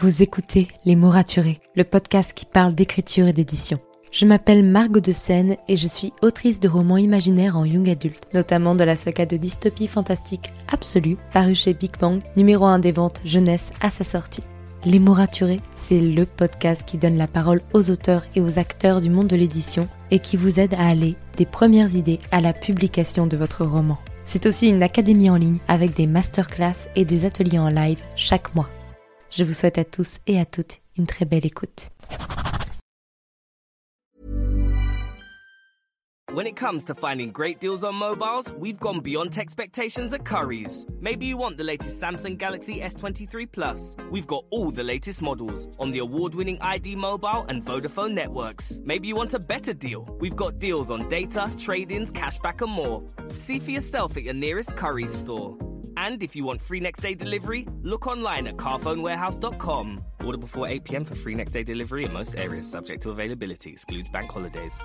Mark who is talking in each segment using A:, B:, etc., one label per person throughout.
A: Vous écoutez Les mots raturés, le podcast qui parle d'écriture et d'édition. Je m'appelle Margot de Seine et je suis autrice de romans imaginaires en young adulte, notamment de la saga de dystopie fantastique Absolue, parue chez Big Bang, numéro 1 des ventes jeunesse à sa sortie. Les mots raturés, c'est le podcast qui donne la parole aux auteurs et aux acteurs du monde de l'édition et qui vous aide à aller des premières idées à la publication de votre roman. C'est aussi une académie en ligne avec des masterclass et des ateliers en live chaque mois. Je vous souhaite à tous et à toutes une très belle écoute.
B: When it comes to finding great deals on mobiles, we've gone beyond expectations at Currys. Maybe you want the latest Samsung Galaxy S23 Plus. We've got all the latest models on the award-winning ID Mobile and Vodafone networks. Maybe you want a better deal. We've got deals on data, trade-ins, cashback and more. See for yourself at your nearest Currys store. And if you want free next day delivery, look online at carphonewarehouse.com. Order before 8 p.m. for free next day delivery in most areas, subject to availability, excludes bank holidays.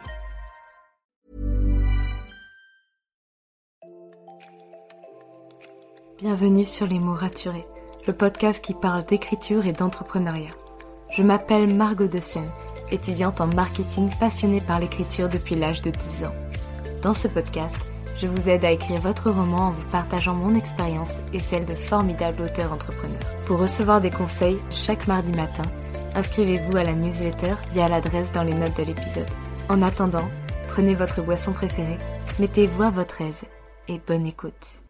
A: Bienvenue sur Les mots raturés, le podcast qui parle d'écriture et d'entrepreneuriat. Je m'appelle Margot de Seine, étudiante en marketing passionnée par l'écriture depuis l'âge de 10 ans. Dans ce podcast, je vous aide à écrire votre roman en vous partageant mon expérience et celle de formidables auteurs entrepreneurs. Pour recevoir des conseils chaque mardi matin, inscrivez-vous à la newsletter via l'adresse dans les notes de l'épisode. En attendant, prenez votre boisson préférée, mettez-vous à votre aise et bonne écoute.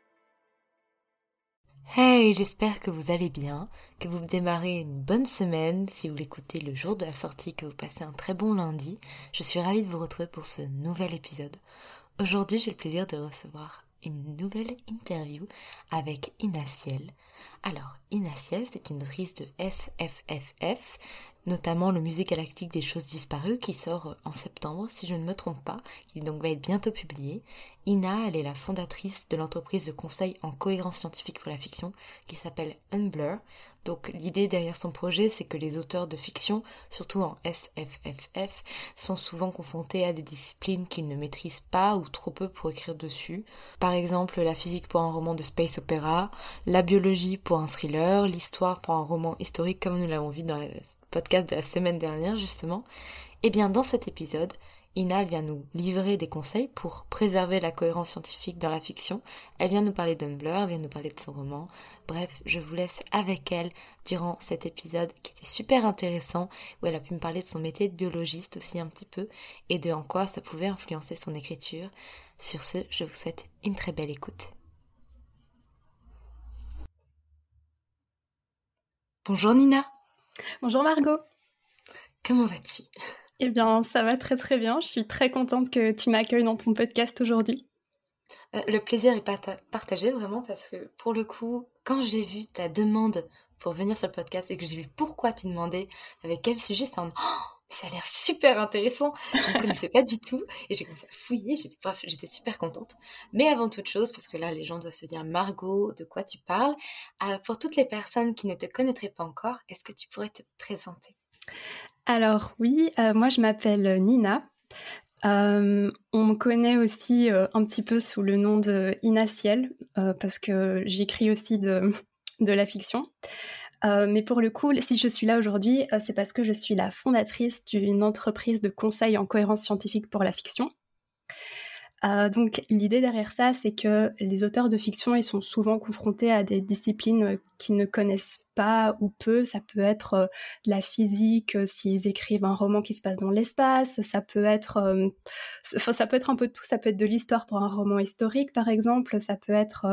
A: Hey, j'espère que vous allez bien, que vous démarrez une bonne semaine, si vous l'écoutez le jour de la sortie, que vous passez un très bon lundi. Je suis ravie de vous retrouver pour ce nouvel épisode. Aujourd'hui, j'ai le plaisir de recevoir une nouvelle interview avec Ina Ciel. Alors, Ina Ciel, c'est une autrice de SFFF, notamment le Musée Galactique des Choses Disparues, qui sort en septembre, si je ne me trompe pas, qui donc va être bientôt publié. Ina, elle est la fondatrice de l'entreprise de conseil en cohérence scientifique pour la fiction, qui s'appelle Unblur. Donc l'idée derrière son projet, c'est que les auteurs de fiction, surtout en SFFF, sont souvent confrontés à des disciplines qu'ils ne maîtrisent pas ou trop peu pour écrire dessus. Par exemple, la physique pour un roman de space opéra, la biologie pour un thriller, l'histoire pour un roman historique comme nous l'avons vu dans le podcast de la semaine dernière justement. Et bien dans cet épisode, Ina vient nous livrer des conseils pour préserver la cohérence scientifique dans la fiction. Elle vient nous parler d'Unblur, elle vient nous parler de son roman. Bref, je vous laisse avec elle durant cet épisode qui était super intéressant, où elle a pu me parler de son métier de biologiste aussi un petit peu, et de en quoi ça pouvait influencer son écriture. Sur ce, je vous souhaite une très belle écoute. Bonjour Nina.
C: Bonjour Margot.
A: Comment vas-tu ?
C: Eh bien, ça va très très bien. Je suis très contente que tu m'accueilles dans ton podcast aujourd'hui.
A: Le plaisir est partagé vraiment parce que pour le coup, quand j'ai vu ta demande pour venir sur le podcast et que j'ai vu pourquoi tu demandais, avec quel sujet, c'était ça a l'air super intéressant. Je ne connaissais pas du tout et j'ai commencé à fouiller, j'étais super contente. Mais avant toute chose, parce que là les gens doivent se dire Margot, de quoi tu parles, pour toutes les personnes qui ne te connaîtraient pas encore, est-ce que tu pourrais te présenter ?
C: Alors oui, moi je m'appelle Nina. On me connaît aussi un petit peu sous le nom de Ina Ciel, parce que j'écris aussi de la fiction. Mais pour le coup, si je suis là aujourd'hui, c'est parce que je suis la fondatrice d'une entreprise de conseil en cohérence scientifique pour la fiction. Donc l'idée derrière ça, c'est que les auteurs de fiction, ils sont souvent confrontés à des disciplines qu'ils ne connaissent pas ou peu. Ça peut être de la physique, s'ils écrivent un roman qui se passe dans l'espace. Ça peut être un peu de tout. Ça peut être de l'histoire pour un roman historique, par exemple. Ça peut être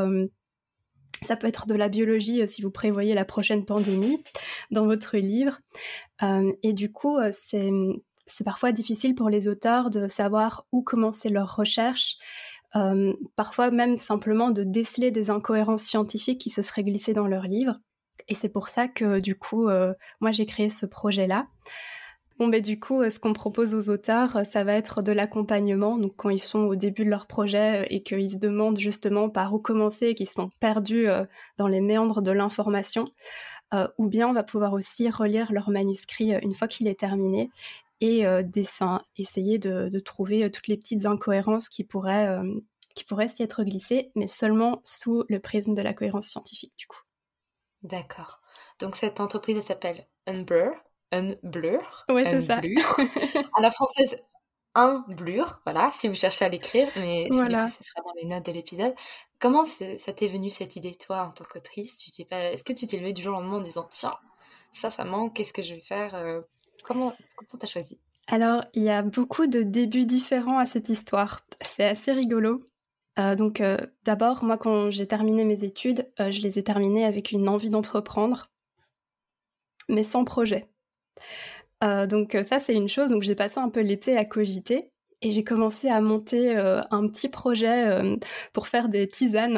C: de la biologie si vous prévoyez la prochaine pandémie dans votre livre. Et du coup, c'est parfois difficile pour les auteurs de savoir où commencer leur recherche, parfois même simplement de déceler des incohérences scientifiques qui se seraient glissées dans leur livre. Et c'est pour ça que du coup, moi j'ai créé ce projet-là. Du coup, ce qu'on propose aux auteurs, ça va être de l'accompagnement. Donc quand ils sont au début de leur projet et qu'ils se demandent justement par où commencer et qu'ils sont perdus dans les méandres de l'information, ou bien on va pouvoir aussi relire leur manuscrit une fois qu'il est terminé et essayer de trouver toutes les petites incohérences qui pourraient s'y être glissées, mais seulement sous le prisme de la cohérence scientifique du coup.
A: D'accord. Donc cette entreprise, elle s'appelle Unblur.
C: Ouais, c'est ça.
A: Unblur. À la française, Unblur, voilà, si vous cherchez à l'écrire, mais du coup,
C: Voilà.
A: ce sera dans les notes de l'épisode. Comment ça t'est venu cette idée, toi, en tant qu'autrice? Est-ce que tu t'es levée du jour au lendemain en disant, tiens, ça manque, qu'est-ce que je vais faire? Comment t'as choisi?
C: Alors, il y a beaucoup de débuts différents à cette histoire. C'est assez rigolo. Donc, d'abord, moi, quand j'ai terminé mes études, je les ai terminées avec une envie d'entreprendre, mais sans projet. Donc, ça, c'est une chose. Donc, j'ai passé un peu l'été à cogiter et j'ai commencé à monter un petit projet pour faire des tisanes,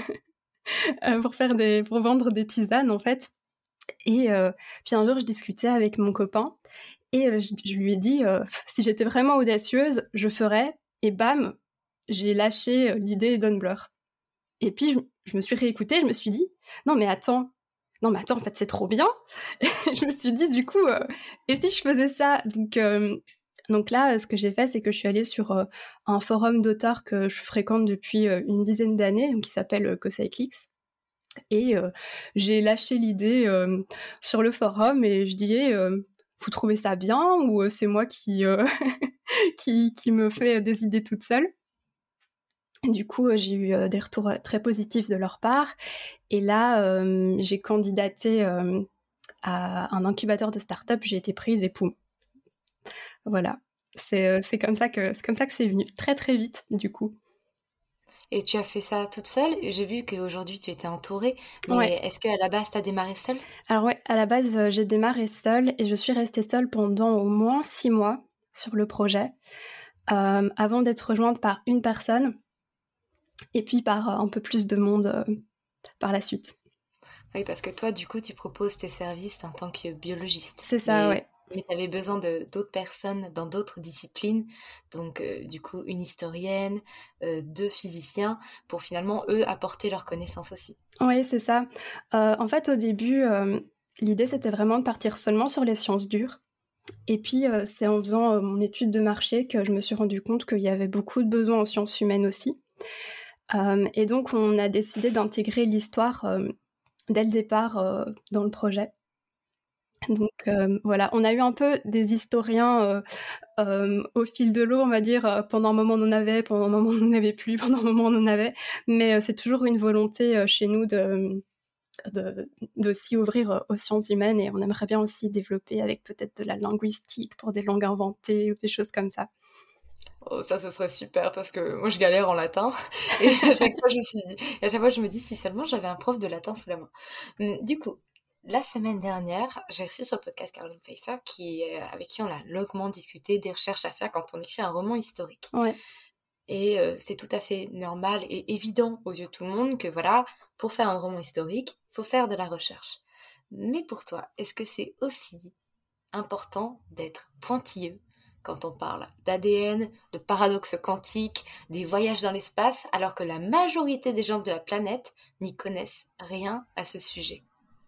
C: pour vendre des tisanes, en fait. Et puis un jour, je discutais avec mon copain et je lui ai dit si j'étais vraiment audacieuse, je ferais. Et bam, j'ai lâché l'idée d'Unblur. Et puis je me suis réécoutée, je me suis dit non mais attends, en fait c'est trop bien. Je me suis dit du coup, et si je faisais ça? Donc là, ce que j'ai fait, c'est que je suis allée sur un forum d'auteurs que je fréquente depuis une dizaine d'années, donc qui s'appelle Cocyclix. Et j'ai lâché l'idée sur le forum et je disais vous trouvez ça bien ou c'est moi qui, qui me fait des idées toute seule. Et du coup, j'ai eu des retours très positifs de leur part. Et là, j'ai candidaté à un incubateur de start-up, j'ai été prise et poum. Voilà. C'est comme ça que c'est venu. Très très vite, du coup.
A: Et tu as fait ça toute seule? J'ai vu qu'aujourd'hui tu étais entourée, mais
C: Ouais.
A: est-ce qu'à la base tu as démarré seule?
C: Alors ouais, à la base, j'ai démarré seule et je suis restée seule pendant au moins 6 mois sur le projet, avant d'être rejointe par une personne et puis par un peu plus de monde par la suite.
A: Oui, parce que toi, du coup, tu proposes tes services en tant que biologiste.
C: C'est ça,
A: Mais,
C: ouais.
A: mais tu avais besoin d'autres personnes dans d'autres disciplines. Donc, du coup, une historienne, deux physiciens, pour finalement, eux, apporter leurs connaissances aussi.
C: Oui, c'est ça. En fait, au début, l'idée, c'était vraiment de partir seulement sur les sciences dures. Et puis, c'est en faisant mon étude de marché que je me suis rendu compte qu'il y avait beaucoup de besoins en sciences humaines aussi. Et donc, on a décidé d'intégrer l'histoire dès le départ dans le projet. Donc voilà, on a eu un peu des historiens au fil de l'eau, on va dire. Pendant un moment, on en avait, pendant un moment, on n'en avait plus, pendant un moment, on en avait. Mais c'est toujours une volonté chez nous de s'y ouvrir aux sciences humaines et on aimerait bien aussi développer avec peut-être de la linguistique pour des langues inventées ou des choses comme ça.
A: Oh, ça, ce serait super parce que moi, je galère en latin. Et à chaque fois, à chaque fois, je me dis si seulement j'avais un prof de latin sous la main. Du coup, la semaine dernière, j'ai reçu sur le podcast Caroline Pfeiffer avec qui on a longuement discuté des recherches à faire quand on écrit un roman historique.
C: Ouais.
A: Et c'est tout à fait normal et évident aux yeux de tout le monde que voilà, pour faire un roman historique, il faut faire de la recherche. Mais pour toi, est-ce que c'est aussi important d'être pointilleux quand on parle d'ADN, de paradoxes quantiques, des voyages dans l'espace, alors que la majorité des gens de la planète n'y connaissent rien à ce sujet?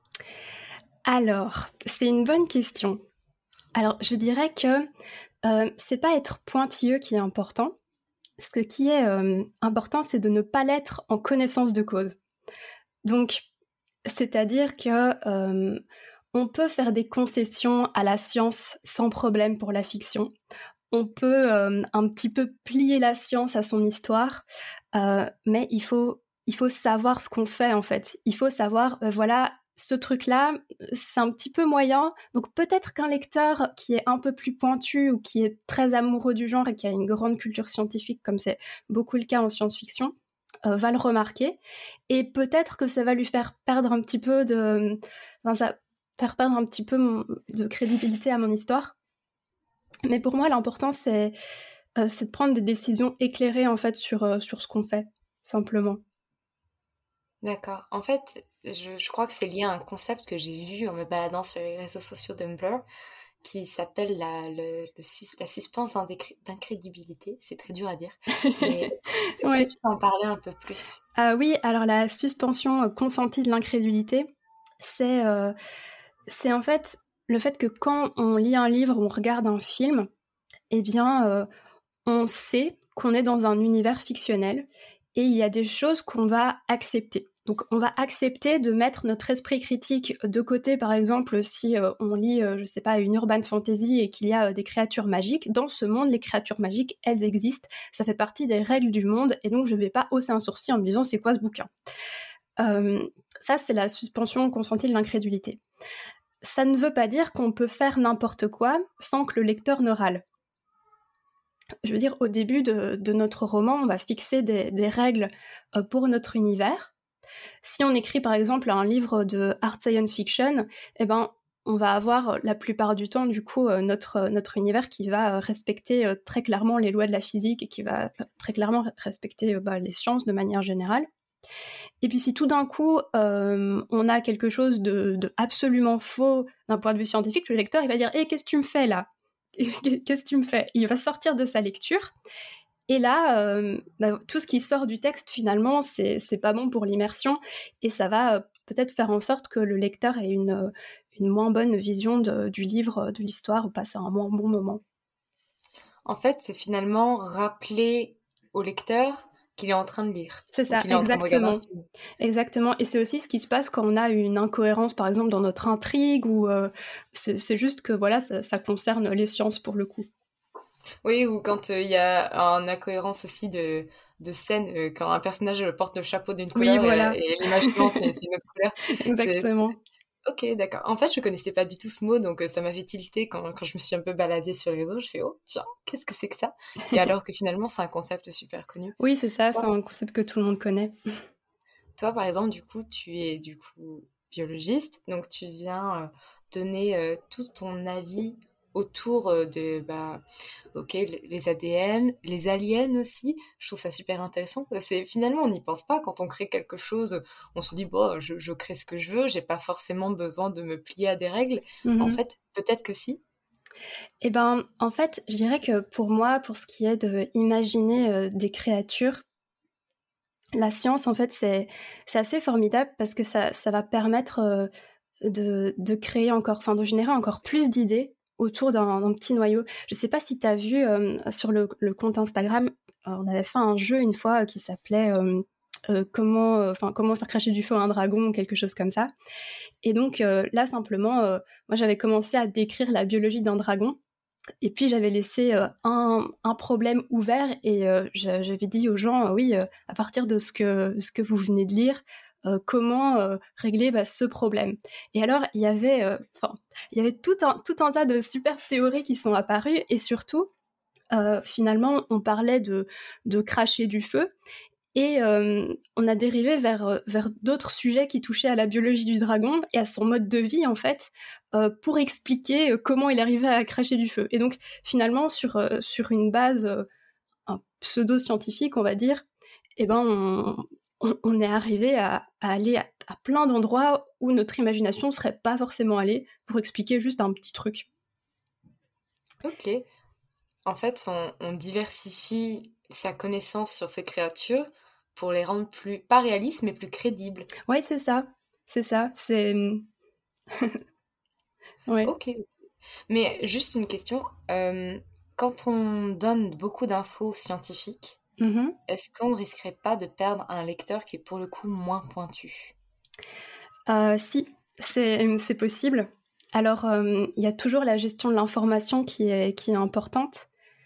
C: Alors, c'est une bonne question. Alors, je dirais que c'est pas être pointilleux qui est important. Ce qui est important, c'est de ne pas l'être en connaissance de cause. Donc, c'est-à-dire que on peut faire des concessions à la science sans problème pour la fiction. On peut un petit peu plier la science à son histoire, mais il faut savoir ce qu'on fait en fait. Il faut savoir, voilà, ce truc-là, c'est un petit peu moyen. Donc peut-être qu'un lecteur qui est un peu plus pointu ou qui est très amoureux du genre et qui a une grande culture scientifique, comme c'est beaucoup le cas en science-fiction, va le remarquer. Et peut-être que ça va lui faire perdre un petit peu de... Enfin, ça faire perdre un petit peu de crédibilité à mon histoire. Mais pour moi, l'important, c'est de prendre des décisions éclairées en fait sur ce qu'on fait, simplement.
A: D'accord. En fait, je crois que c'est lié à un concept que j'ai vu en me baladant sur les réseaux sociaux d'Tumblr qui s'appelle la suspense d'incrédibilité. C'est très dur à dire. Mais est-ce que
C: Ouais.
A: tu peux en parler un peu plus?
C: Oui, alors la suspension consentie de l'incrédulité, c'est en fait le fait que quand on lit un livre ou on regarde un film, eh bien, on sait qu'on est dans un univers fictionnel et il y a des choses qu'on va accepter. Donc, on va accepter de mettre notre esprit critique de côté, par exemple, si on lit, je sais pas, une urban fantasy et qu'il y a des créatures magiques. Dans ce monde, les créatures magiques, elles existent. Ça fait partie des règles du monde, et donc je vais pas hausser un sourcil en me disant c'est quoi ce bouquin. Ça, c'est la suspension consentie de l'incrédulité. Ça ne veut pas dire qu'on peut faire n'importe quoi sans que le lecteur ne râle. Je veux dire, au début de notre roman, on va fixer des règles pour notre univers. Si on écrit par exemple un livre de art science fiction, eh ben, on va avoir la plupart du temps du coup notre univers qui va respecter très clairement les lois de la physique et qui va très clairement respecter les sciences de manière générale. Et puis si tout d'un coup on a quelque chose de absolument faux d'un point de vue scientifique, le lecteur il va dire « qu'est-ce que tu me fais là ? Qu'est-ce que tu me fais ?» Il va sortir de sa lecture. Et là, tout ce qui sort du texte, finalement, c'est pas bon pour l'immersion, et ça va peut-être faire en sorte que le lecteur ait une moins bonne vision du livre, de l'histoire, ou passe un moins bon moment.
A: En fait, c'est finalement rappeler au lecteur qu'il est en train de lire.
C: C'est ça,
A: qu'il est en train de regarder un film.
C: Exactement. Et c'est aussi ce qui se passe quand on a une incohérence, par exemple, dans notre intrigue, ou c'est juste que voilà, ça concerne les sciences pour le coup.
A: Oui, ou quand il y a une incohérence aussi de scène, quand un personnage porte le chapeau d'une couleur
C: voilà.
A: et l'image suivante, c'est une autre couleur.
C: Exactement.
A: Ok, d'accord. En fait, je connaissais pas du tout ce mot, donc ça m'a fait tilter quand je me suis un peu baladée sur les réseaux. Je fais, oh, tiens, qu'est-ce que c'est que ça? Et alors que finalement, c'est un concept super connu.
C: Oui, c'est ça, c'est un concept que tout le monde connaît.
A: Toi, par exemple, du coup, tu es biologiste, donc tu viens donner tout ton avis autour de les ADN, les aliens aussi. Je trouve ça super intéressant. Finalement, on n'y pense pas quand on crée quelque chose. On se dit bon, je crée ce que je veux, j'ai pas forcément besoin de me plier à des règles. En fait, peut-être que si.
C: Eh ben, en fait, je dirais que pour moi, pour ce qui est d'imaginer des créatures, la science, en fait, c'est assez formidable parce que ça va permettre de créer de générer encore plus d'idées autour d'un petit noyau. Je sais pas si tu as vu sur le compte Instagram, on avait fait un jeu une fois qui s'appelait comment faire cracher du feu un dragon ou quelque chose comme ça. Et donc là, simplement, moi, j'avais commencé à décrire la biologie d'un dragon. Et puis j'avais laissé un problème ouvert, et j'avais dit aux gens, oui, à partir de ce que vous venez de lire, comment régler ce problème. Et alors il y avait tout un tas de super théories qui sont apparues, et surtout finalement on parlait de cracher du feu. Et on a dérivé vers d'autres sujets qui touchaient à la biologie du dragon et à son mode de vie, en fait, pour expliquer comment il arrivait à cracher du feu. Et donc, finalement, sur une base un pseudo-scientifique, on va dire, eh ben, on est arrivé à aller à plein d'endroits où notre imagination ne serait pas forcément allée pour expliquer juste un petit truc.
A: Ok. En fait, on diversifie sa connaissance sur ces créatures pour les rendre pas réalistes, mais plus crédibles.
C: Ouais, c'est ça. C'est ça. C'est... ouais.
A: Ok. Mais juste une question. Quand on donne beaucoup d'infos scientifiques, est-ce qu'on ne risquerait pas de perdre un lecteur qui est pour le coup moins pointu?
C: Si, c'est possible. Alors, il y a toujours la gestion de l'information qui est importante.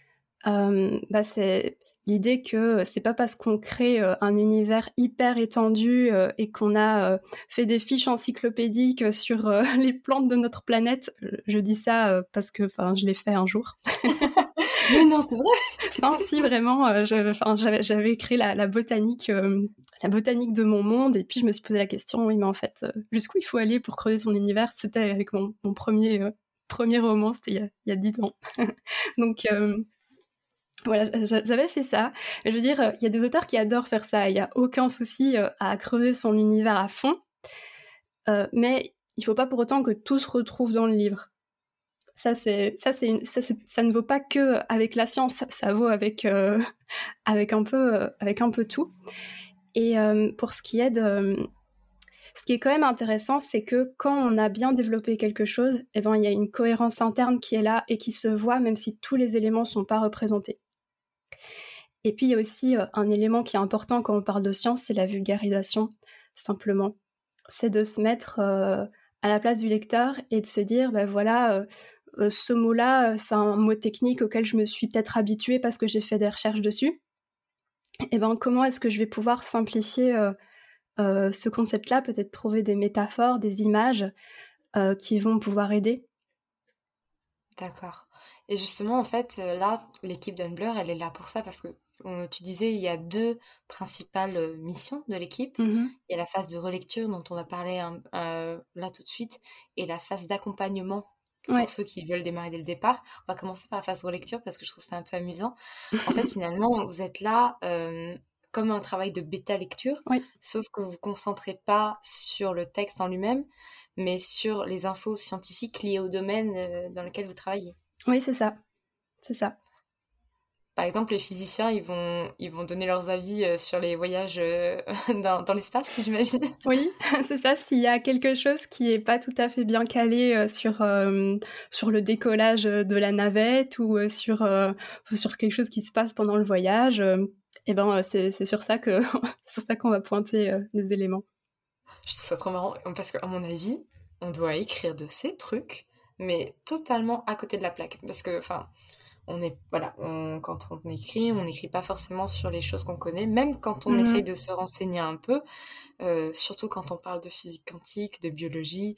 C: C'est l'idée que c'est pas parce qu'on crée un univers hyper étendu et qu'on a fait des fiches encyclopédiques sur les plantes de notre planète. Je dis ça parce que je l'ai fait un jour.
A: Mais non, c'est vrai.
C: Non, si, vraiment. J'avais écrit la botanique de mon monde, et puis je me suis posé la question, oui, mais en fait, jusqu'où il faut aller pour creuser son univers? C'était avec mon premier roman, c'était il y a 10 ans. Donc... voilà, j'avais fait ça. Je veux dire, il y a des auteurs qui adorent faire ça. Il n'y a aucun souci à creuser son univers à fond. Mais il ne faut pas pour autant que tout se retrouve dans le livre. Ça ne vaut pas que avec la science. Ça vaut avec un peu tout. Et pour ce qui est ce qui est quand même intéressant, c'est que quand on a bien développé quelque chose, il y a une cohérence interne qui est là et qui se voit même si tous les éléments ne sont pas représentés. Et puis il y a aussi un élément qui est important quand on parle de science, c'est la vulgarisation. simplement. C'est de se mettre à la place du lecteur et de se dire, voilà, ce mot-là, c'est un mot technique auquel je me suis peut-être habituée parce que j'ai fait des recherches dessus. Et comment est-ce que je vais pouvoir simplifier ce concept-là, peut-être trouver des métaphores, des images qui vont pouvoir aider.
A: D'accord. Et justement, en fait, là, l'équipe d'Unblur, elle est là pour ça parce que tu disais, il y a deux principales missions de l'équipe.
C: Mmh.
A: Il y a la phase de relecture dont on va parler là tout de suite et la phase d'accompagnement
C: Ouais.
A: pour ceux qui veulent démarrer dès le départ. On va commencer par la phase de relecture parce que je trouve ça un peu amusant. En fait, finalement, vous êtes là comme un travail de bêta lecture,
C: Oui.
A: sauf que vous vous concentrez pas sur le texte en lui-même, mais sur les infos scientifiques liées au domaine dans lequel vous travaillez.
C: Oui, c'est ça. C'est ça.
A: Par exemple, les physiciens, ils vont donner leurs avis sur les voyages dans l'espace, j'imagine.
C: Oui, c'est ça. S'il y a quelque chose qui est pas tout à fait bien calé, sur le décollage, de la navette ou, sur quelque chose qui se passe pendant le voyage, c'est sur ça que sur ça qu'on va pointer, des éléments.
A: Je trouve ça trop marrant parce qu'à mon avis, on doit écrire de ces trucs, mais totalement à côté de la plaque. Parce que, enfin, quand on écrit, on n'écrit pas forcément sur les choses qu'on connaît, même quand on essaye
C: Mmh.
A: de se renseigner un peu, surtout quand on parle de physique quantique, de biologie,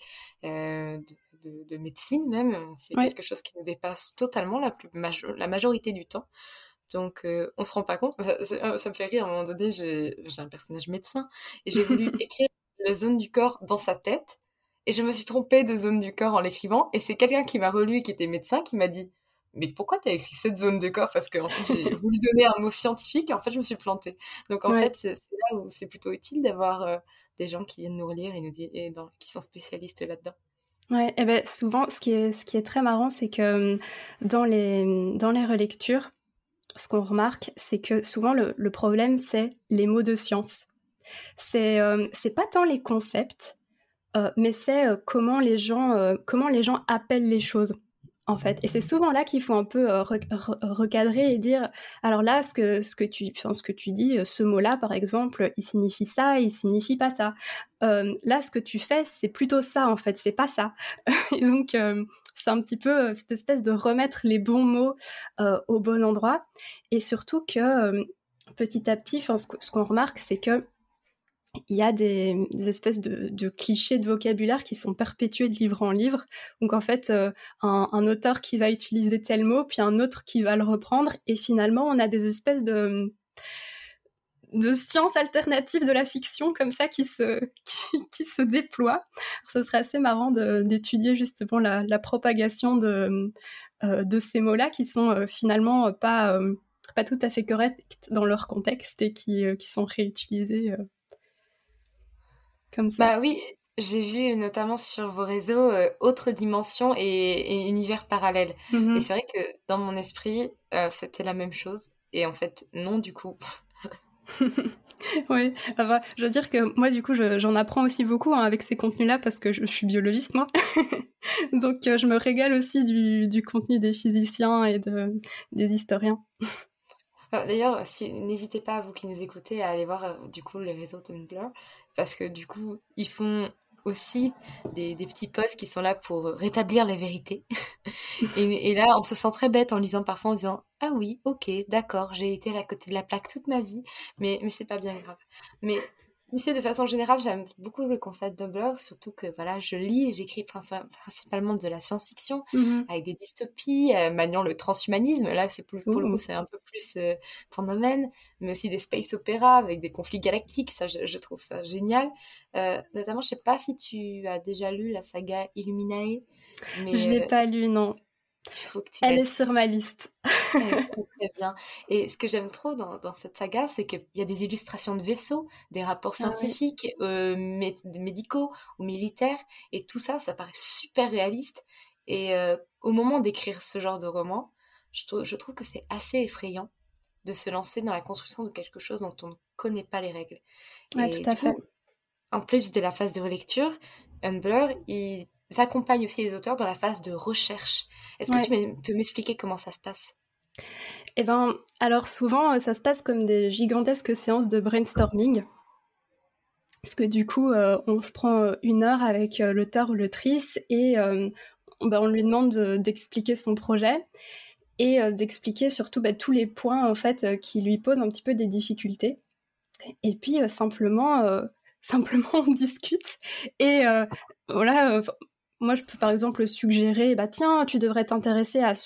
A: de médecine même, c'est
C: Ouais.
A: quelque chose qui nous dépasse totalement la majorité du temps. Donc, on se rend pas compte. Ça me fait rire, à un moment donné, j'ai un personnage médecin, et j'ai voulu écrire les zones du corps dans sa tête, et je me suis trompée de zone du corps en l'écrivant, et c'est quelqu'un qui m'a relu et qui était médecin qui m'a dit: «Mais pourquoi t'as écrit cette zone de corps?» Parce qu'en fait, j'ai voulu donner un mot scientifique et en fait, je me suis plantée. Donc en
C: Ouais.
A: fait, c'est là où c'est plutôt utile d'avoir, des gens qui viennent nous relire et nous dire qui sont spécialistes là-dedans.
C: Ouais et souvent ce qui est très marrant, c'est que, dans les relectures, ce qu'on remarque, c'est que souvent le problème, c'est les mots de science. C'est pas tant les concepts, mais c'est, comment les gens appellent les choses, en fait. Et c'est souvent là qu'il faut un peu, recadrer et dire: «Alors là, ce que tu dis, ce mot-là, par exemple, il signifie ça, il signifie pas ça. Là, ce que tu fais, c'est plutôt ça, en fait, c'est pas ça». Et donc, c'est un petit peu, cette espèce de remettre les bons mots, au bon endroit et surtout que, petit à petit, ce qu'on remarque, c'est que il y a des espèces de clichés de vocabulaire qui sont perpétués de livre en livre. Donc en fait, un auteur qui va utiliser tel mot, puis un autre qui va le reprendre et finalement on a des espèces de sciences alternatives de la fiction comme ça qui se déploient. Alors, ce serait assez marrant d'étudier justement la propagation de ces mots-là qui sont finalement pas tout à fait corrects dans leur contexte et qui sont réutilisés comme ça.
A: Bah oui, j'ai vu notamment sur vos réseaux Autre dimension et univers parallèle. Et
C: Mmh.
A: c'est vrai que dans mon esprit, c'était la même chose. Et en fait, non, du coup.
C: Oui, je veux dire que moi, du coup, j'en apprends aussi beaucoup, hein, avec ces contenus-là parce que je suis biologiste, moi. Donc je me régale aussi du contenu des physiciens et des historiens.
A: D'ailleurs, n'hésitez pas, vous qui nous écoutez, à aller voir du coup les réseaux Tumblr, parce que du coup, ils font aussi des petits posts qui sont là pour rétablir la vérité. Et là, on se sent très bête en lisant parfois en disant: «Ah oui, ok, d'accord, j'ai été à côté de la plaque toute ma vie, mais c'est pas bien grave.» Mais tu sais, de façon générale, j'aime beaucoup le concept de Tumblr, surtout que voilà, je lis et j'écris principalement de la science-fiction,
C: Mmh.
A: avec des dystopies, maniant le transhumanisme. Là, pour le coup,
C: Ouh.
A: c'est un peu plus ton domaine, mais aussi des space opéras avec des conflits galactiques. Ça, je trouve ça génial. Notamment, je sais pas si tu as déjà lu la saga Illuminae,
C: Je l'ai
A: mais
C: pas lu, non.
A: il faut que tu
C: Elle
A: la
C: est sur
A: lises.
C: ma liste.
A: Elle est très très bien. Et ce que j'aime trop dans cette saga, c'est qu'il y a des illustrations de vaisseaux, des rapports
C: Ah oui.
A: scientifiques, médicaux ou militaires, et tout ça, ça paraît super réaliste. Et au moment d'écrire ce genre de roman, je trouve que c'est assez effrayant de se lancer dans la construction de quelque chose dont on ne connaît pas les règles.
C: Ouais,
A: Et
C: tout à
A: du
C: fait.
A: coup, en plus de la phase de relecture, Humblr, ils accompagnent aussi les auteurs dans la phase de recherche. Est-ce que tu
C: Ouais.
A: peux m'expliquer comment ça se passe?
C: Alors souvent, ça se passe comme des gigantesques séances de brainstorming. Parce que du coup, on se prend 1 heure avec l'auteur ou l'autrice et on lui demande d'expliquer son projet et d'expliquer surtout tous les points en fait qui lui posent un petit peu des difficultés. Et puis simplement on discute et voilà. Moi, je peux par exemple suggérer, tiens, tu devrais t'intéresser à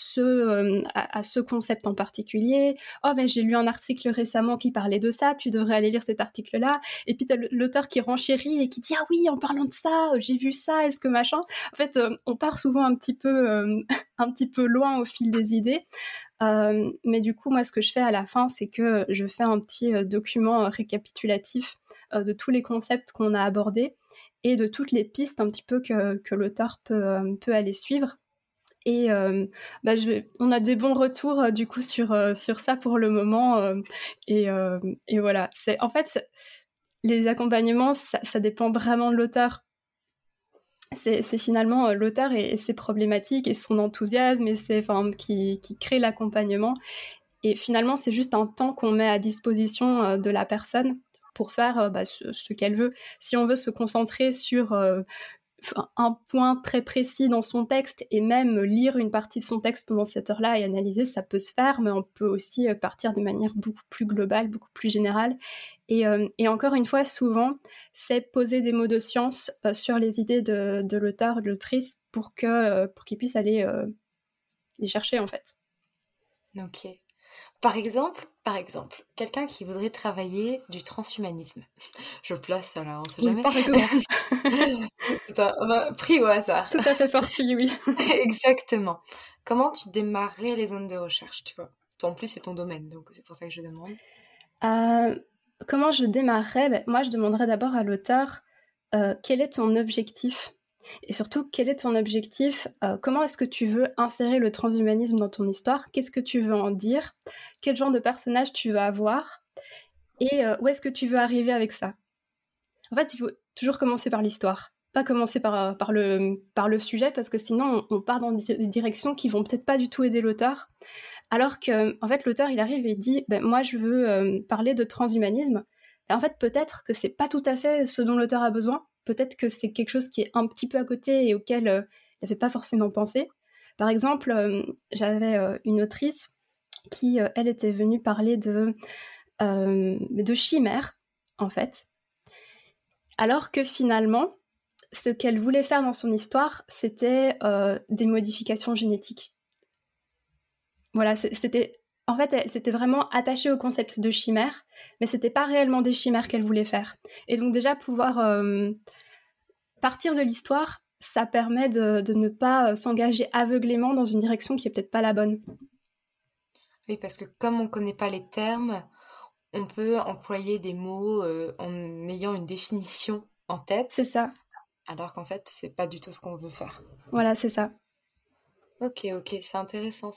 C: ce concept en particulier. Oh, mais j'ai lu un article récemment qui parlait de ça, tu devrais aller lire cet article-là. Et puis, t'as l'auteur qui renchérit et qui dit, ah oui, en parlant de ça, j'ai vu ça, est-ce que machin. En fait, on part souvent un petit peu loin au fil des idées. Mais du coup, moi, ce que je fais à la fin, c'est que je fais un petit document récapitulatif de tous les concepts qu'on a abordés et de toutes les pistes un petit peu que l'auteur peut aller suivre. Et on a des bons retours du coup sur ça pour le moment. Et voilà. En fait, les accompagnements, ça dépend vraiment de l'auteur. C'est finalement l'auteur et ses problématiques et son enthousiasme qui crée l'accompagnement. Et finalement, c'est juste un temps qu'on met à disposition de la personne pour faire ce qu'elle veut. Si on veut se concentrer sur un point très précis dans son texte et même lire une partie de son texte pendant cette heure-là et analyser, ça peut se faire, mais on peut aussi partir de manière beaucoup plus globale, beaucoup plus générale. Et encore une fois, souvent, c'est poser des mots de science sur les idées de l'auteur, de l'autrice, pour qu'ils puissent aller les chercher, en fait.
A: Ok. Par exemple, quelqu'un qui voudrait travailler du transhumanisme. Je place ça là, on sait jamais.
C: Par exemple.
A: C'est pris au hasard.
C: Tout à fait fortuit, oui.
A: Exactement. Comment tu démarrerais les zones de recherche, tu vois? Toi, en plus, c'est ton domaine, donc c'est pour ça que je demande.
C: Comment je démarrerais? Moi, je demanderais d'abord à l'auteur quel est ton objectif? Et surtout, quel est ton objectif? Comment est-ce que tu veux insérer le transhumanisme dans ton histoire? Qu'est-ce que tu veux en dire? Quel genre de personnage tu veux avoir? Et où est-ce que tu veux arriver avec ça? En fait, il faut toujours commencer par l'histoire, pas commencer par le sujet, parce que sinon, on part dans des directions qui vont peut-être pas du tout aider l'auteur. Alors que, en fait, l'auteur, il arrive et il dit moi, je veux parler de transhumanisme. Et en fait, peut-être que c'est pas tout à fait ce dont l'auteur a besoin. Peut-être que c'est quelque chose qui est un petit peu à côté et auquel il n'avait pas forcément pensé. Par exemple, j'avais une autrice qui, elle, était venue parler de chimères, en fait. Alors que finalement, ce qu'elle voulait faire dans son histoire, c'était des modifications génétiques. Voilà, c'était vraiment attachée au concept de chimère, mais c'était pas réellement des chimères qu'elle voulait faire. Et donc déjà, pouvoir partir de l'histoire, ça permet de ne pas s'engager aveuglément dans une direction qui est peut-être pas la bonne.
A: Oui, parce que comme on connaît pas les termes, on peut employer des mots en ayant une définition en tête.
C: C'est ça.
A: Alors qu'en fait, c'est pas du tout ce qu'on veut faire.
C: Voilà, c'est ça.
A: Ok, c'est intéressant.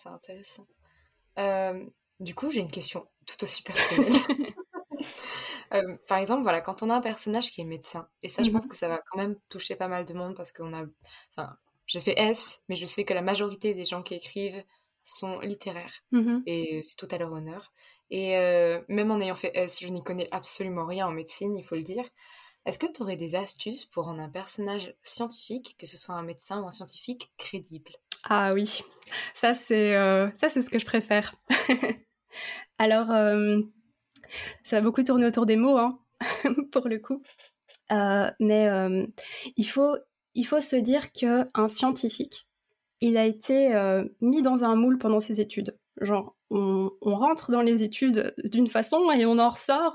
A: Du coup, j'ai une question tout aussi personnelle. Par exemple, voilà, quand on a un personnage qui est médecin, et ça, je pense que ça va quand même toucher pas mal de monde parce qu'on a... Enfin, j'ai fait S, mais je sais que la majorité des gens qui écrivent sont littéraires. Et c'est tout à leur honneur. Et même en ayant fait S, je n'y connais absolument rien en médecine, il faut le dire. Est-ce que tu aurais des astuces pour rendre un personnage scientifique, que ce soit un médecin ou un scientifique, crédible?
C: Ah oui, ça c'est ce que je préfère. Alors, ça va beaucoup tourner autour des mots, hein, pour le coup. Mais il faut se dire qu'un scientifique, il a été mis dans un moule pendant ses études. Genre, on rentre dans les études d'une façon et on en ressort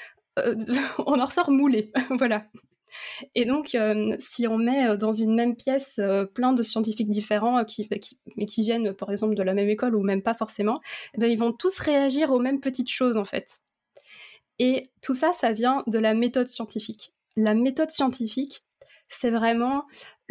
C: moulé. Voilà. Et donc, si on met dans une même pièce plein de scientifiques différents qui viennent, par exemple, de la même école ou même pas forcément, ils vont tous réagir aux mêmes petites choses, en fait. Et tout ça, ça vient de la méthode scientifique. La méthode scientifique, c'est vraiment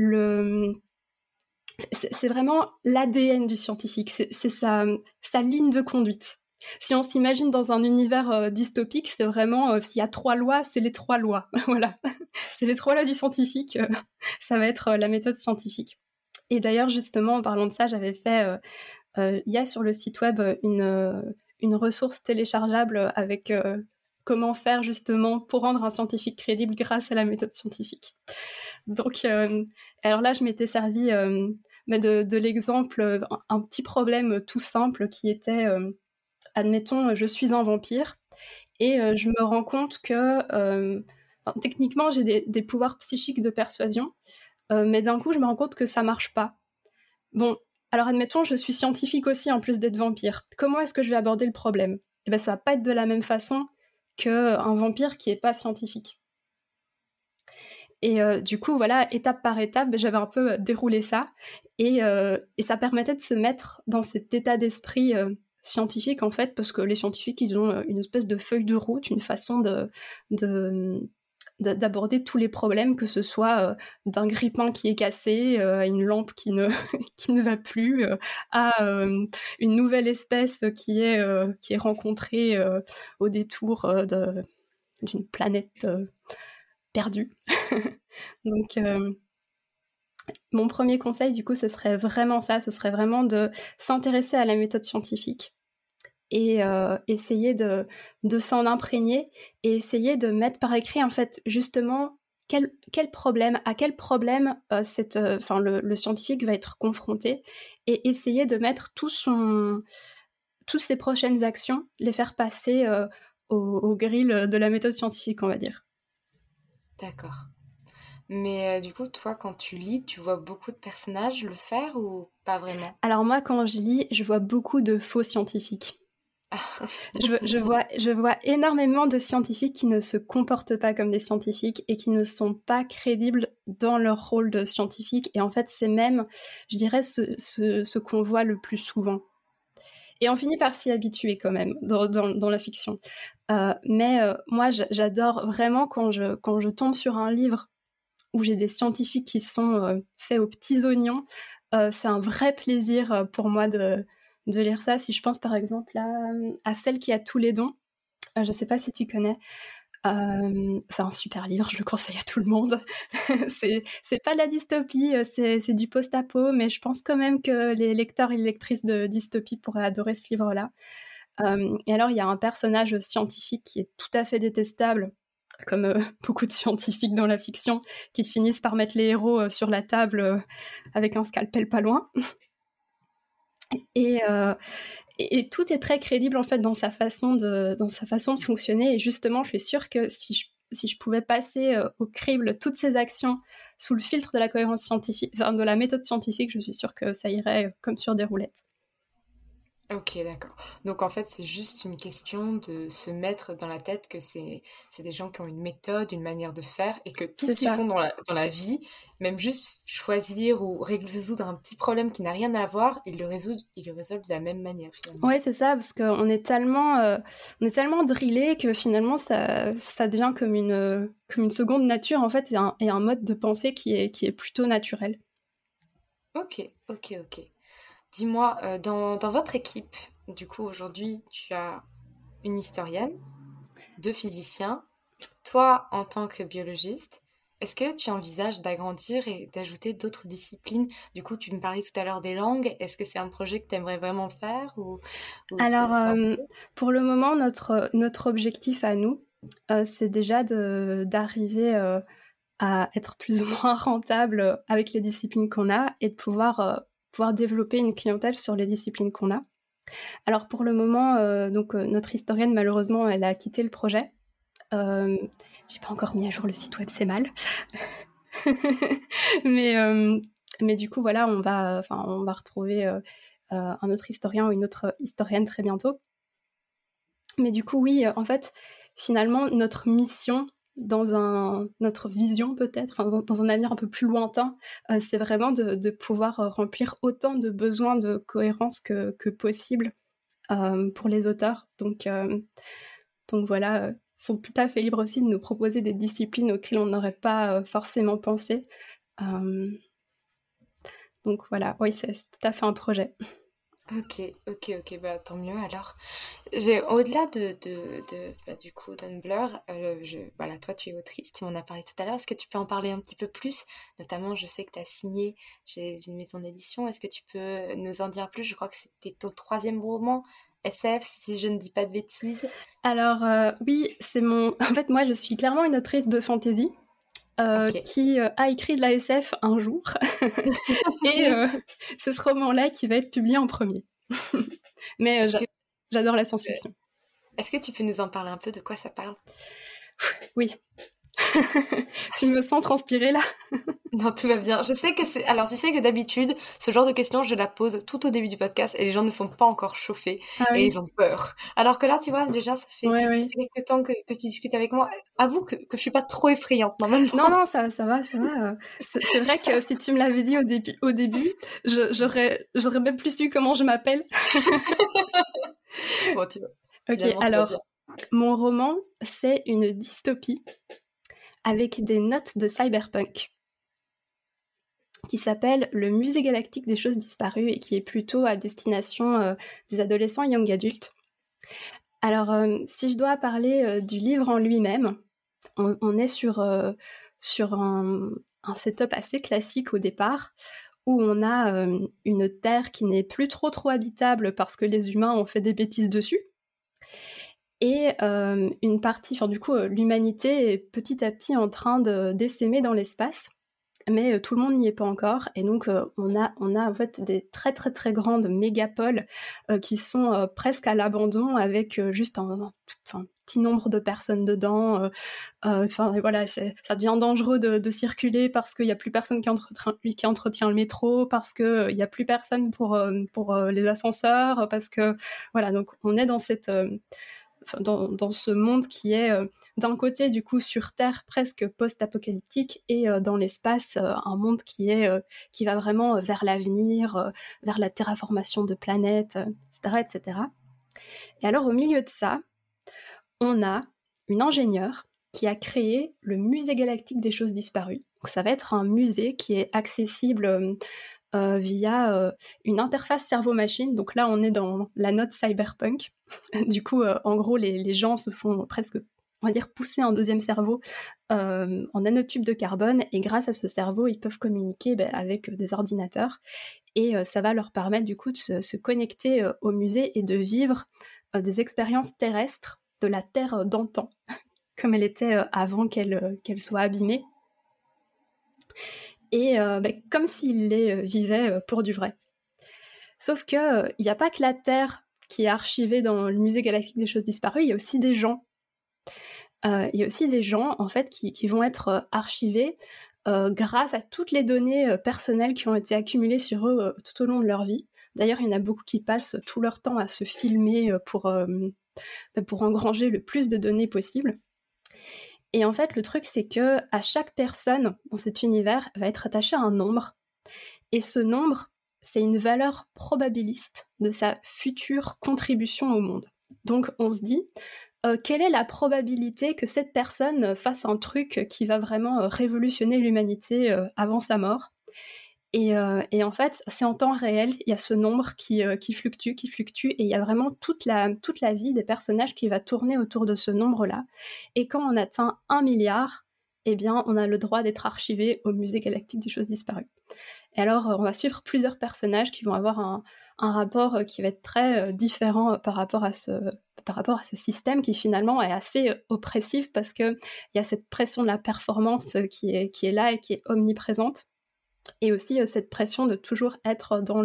C: l'ADN du scientifique, c'est sa ligne de conduite. Si on s'imagine dans un univers dystopique, c'est vraiment, s'il y a 3 lois, c'est les 3 lois. Voilà. C'est les 3 lois du scientifique, ça va être la méthode scientifique. Et d'ailleurs, justement, en parlant de ça, j'avais fait, il y a sur le site web une ressource téléchargeable avec comment faire justement pour rendre un scientifique crédible grâce à la méthode scientifique. Donc, alors là, je m'étais servi de l'exemple, un petit problème tout simple qui était, admettons, je suis un vampire et je me rends compte que, techniquement, j'ai des pouvoirs psychiques de persuasion, mais d'un coup, je me rends compte que ça marche pas. Bon, alors admettons, je suis scientifique aussi en plus d'être vampire. Comment est-ce que je vais aborder le problème ? Eh ben, ça va pas être de la même façon qu'un vampire qui est pas scientifique. Et du coup, voilà, étape par étape, j'avais un peu déroulé ça. Et ça permettait de se mettre dans cet état d'esprit scientifique, en fait, parce que les scientifiques, ils ont une espèce de feuille de route, une façon d'aborder tous les problèmes, que ce soit d'un grille-pain qui est cassé, à une lampe qui ne, qui ne va plus, à une nouvelle espèce qui est rencontrée au détour d'une planète perdue. Donc, mon premier conseil, du coup, ce serait vraiment ça, ce serait vraiment de s'intéresser à la méthode scientifique et essayer de s'en imprégner et essayer de mettre par écrit, en fait, justement, à quel problème le scientifique va être confronté et essayer de mettre toutes ses prochaines actions, les faire passer au grill de la méthode scientifique, on va dire.
A: D'accord. Mais du coup, toi, quand tu lis, tu vois beaucoup de personnages le faire ou pas vraiment ?
C: Alors moi, quand je lis, je vois beaucoup de faux scientifiques. Je vois énormément de scientifiques qui ne se comportent pas comme des scientifiques et qui ne sont pas crédibles dans leur rôle de scientifique. Et en fait, c'est même, je dirais, ce qu'on voit le plus souvent. Et on finit par s'y habituer quand même dans la fiction. Mais moi, j'adore vraiment quand je tombe sur un livre où j'ai des scientifiques qui sont faits aux petits oignons. C'est un vrai plaisir pour moi de lire ça. Si je pense par exemple à Celle qui a tous les dons, je ne sais pas si tu connais. C'est un super livre, je le conseille à tout le monde. c'est pas de la dystopie, c'est du post-apo, mais je pense quand même que les lecteurs et les lectrices de dystopie pourraient adorer ce livre-là. Et alors, il y a un personnage scientifique qui est tout à fait détestable, comme beaucoup de scientifiques dans la fiction, qui finissent par mettre les héros sur la table avec un scalpel pas loin. Et tout est très crédible en fait dans sa façon de fonctionner. Et justement, je suis sûre que si je pouvais passer au crible toutes ces actions sous le filtre de la cohérence scientifique, enfin de la méthode scientifique, je suis sûre que ça irait comme sur des roulettes.
A: Ok, d'accord. Donc en fait, c'est juste une question de se mettre dans la tête que c'est des gens qui ont une méthode, une manière de faire, et que tout
C: C'est
A: ce qu'ils
C: ça.
A: font dans la vie, même juste choisir ou résoudre un petit problème qui n'a rien à voir, ils le résolvent de la même manière finalement.
C: Ouais, c'est ça, parce qu'on est tellement drillé que finalement ça devient comme une seconde nature en fait, et un mode de pensée qui est plutôt naturel.
A: Ok. Dis-moi, dans votre équipe, du coup aujourd'hui, tu as une historienne, 2 physiciens, toi en tant que biologiste. Est-ce que tu envisages d'agrandir et d'ajouter d'autres disciplines ? Du coup, tu me parlais tout à l'heure des langues. Est-ce que c'est un projet que tu aimerais vraiment faire ou
C: Alors,
A: c'est
C: pour le moment, notre objectif à nous, c'est déjà d'arriver à être plus ou moins rentable avec les disciplines qu'on a et de pouvoir développer une clientèle sur les disciplines qu'on a. Alors, pour le moment, notre historienne, malheureusement, elle a quitté le projet. J'ai pas encore mis à jour le site web, c'est mal. mais du coup, voilà, on va retrouver un autre historien ou une autre historienne très bientôt. Mais du coup, oui, en fait, finalement, notre mission, notre vision peut-être, dans un avenir un peu plus lointain, c'est vraiment de pouvoir remplir autant de besoins de cohérence que possible pour les auteurs. Donc voilà, ils sont tout à fait libres aussi de nous proposer des disciplines auxquelles on n'aurait pas forcément pensé. Donc voilà, oui, c'est tout à fait un projet.
A: Ok, bah tant mieux alors. J'ai au-delà du coup d'Unblur, voilà, toi tu es autrice, tu m'en as parlé tout à l'heure. Est-ce que tu peux en parler un petit peu plus? Notamment, je sais que tu as signé chez une maison d'édition. Est-ce que tu peux nous en dire plus? Je crois que c'était ton troisième roman SF, si je ne dis pas de bêtises.
C: Alors oui, c'est mon... En fait, moi, je suis clairement une autrice de fantasy
A: Ok.
C: qui a écrit de la SF un jour. Et c'est ce roman-là qui va être publié en premier. Mais
A: Est-ce que,
C: j'adore la
A: euh,
C: science-fiction.
A: est-ce que tu peux nous en parler un peu de quoi ça parle?
C: Oui. Tu me sens transpirer là?
A: Non, tout va bien. Je sais que c'est. Alors, tu sais que d'habitude, ce genre de questions, je la pose tout au début du podcast et les gens ne sont pas encore chauffés
C: Ah
A: et
C: oui.
A: ils ont peur. Alors que là, tu vois, déjà,
C: Ouais,
A: ça
C: ouais.
A: fait quelques temps que tu discutes avec moi. Avoue que je suis pas trop effrayante, normalement.
C: Non, non, ça va, ça va. C'est vrai que si tu me l'avais dit au début, j'aurais même plus su comment je m'appelle.
A: Bon, tu vois,
C: Ok,
A: finalement, tout va bien.
C: alors, mon roman, c'est une dystopie avec des notes de cyberpunk qui s'appelle Le Musée galactique des choses disparues et qui est plutôt à destination des adolescents young adultes. Alors, si je dois parler du livre en lui-même, on est sur un setup assez classique au départ, où on a une Terre qui n'est plus trop habitable parce que les humains ont fait des bêtises dessus, et une partie, enfin du coup, l'humanité est petit à petit en train d'essaimer dans l'espace, mais tout le monde n'y est pas encore, et donc on a en fait des très grandes mégapoles qui sont presque à l'abandon, avec juste un petit nombre de personnes dedans. Voilà, ça devient dangereux de circuler parce qu'il n'y a plus personne qui entretient le métro, parce qu'il n'y a plus personne pour les ascenseurs, parce que voilà, donc on est dans dans ce monde qui est d'un côté du coup sur Terre presque post-apocalyptique, et dans l'espace un monde qui va vraiment vers l'avenir, vers la terraformation de planètes, etc., etc. Et alors au milieu de ça, on a une ingénieure qui a créé le Musée galactique des choses disparues. Donc, ça va être un musée qui est accessible via une interface cerveau-machine. Donc là, on est dans la note cyberpunk. Du coup, en gros, les gens se font presque, on va dire, pousser un deuxième cerveau en nanotubes de carbone, et grâce à ce cerveau, ils peuvent communiquer avec des ordinateurs, et ça va leur permettre du coup de se connecter au musée et de vivre des expériences terrestres de la Terre d'antan, comme elle était avant qu'elle soit abîmée, et comme s'ils les vivaient pour du vrai. Sauf que il n'y a pas que la Terre qui est archivée dans le Musée galactique des choses disparues, il y a aussi des gens. Il y a aussi des gens, en fait, qui vont être archivés grâce à toutes les données personnelles qui ont été accumulées sur eux tout au long de leur vie. D'ailleurs, il y en a beaucoup qui passent tout leur temps à se filmer pour engranger le plus de données possible. Et en fait, le truc, c'est que à chaque personne dans cet univers va être attaché un nombre. Et ce nombre, c'est une valeur probabiliste de sa future contribution au monde. Donc, on se dit, quelle est la probabilité que cette personne fasse un truc qui va vraiment révolutionner l'humanité avant sa mort ? Et en fait, c'est en temps réel, il y a ce nombre qui fluctue, et il y a vraiment toute la vie des personnages qui va tourner autour de ce nombre-là. Et quand on atteint 1 milliard, eh bien, on a le droit d'être archivé au Musée galactique des choses disparues. Et alors, on va suivre plusieurs personnages qui vont avoir un rapport qui va être très différent par rapport à ce système, qui finalement est assez oppressif, parce qu'il y a cette pression de la performance qui est là et qui est omniprésente. Et aussi cette pression de toujours être dans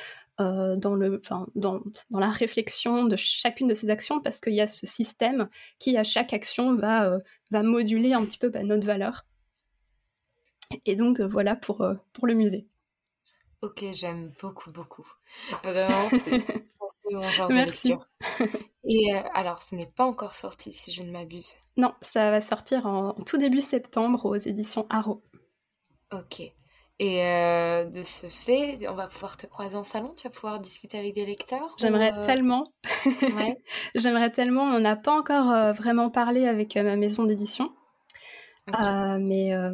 C: la réflexion de chacune de ses actions, parce qu'il y a ce système qui, à chaque action, va moduler un petit peu notre valeur. Et donc, voilà pour le musée.
A: Ok, j'aime beaucoup. Vraiment, c'est mon genre de
C: Merci.
A: lecture. Et alors, ce n'est pas encore sorti, si je ne m'abuse.
C: Non, ça va sortir en tout début septembre aux éditions Arro.
A: Ok. Et de ce fait, on va pouvoir te croiser en salon, tu vas pouvoir discuter avec des lecteurs
C: J'aimerais tellement.
A: Ouais.
C: J'aimerais tellement. On n'a pas encore vraiment parlé avec ma maison d'édition.
A: Ok.
C: Mais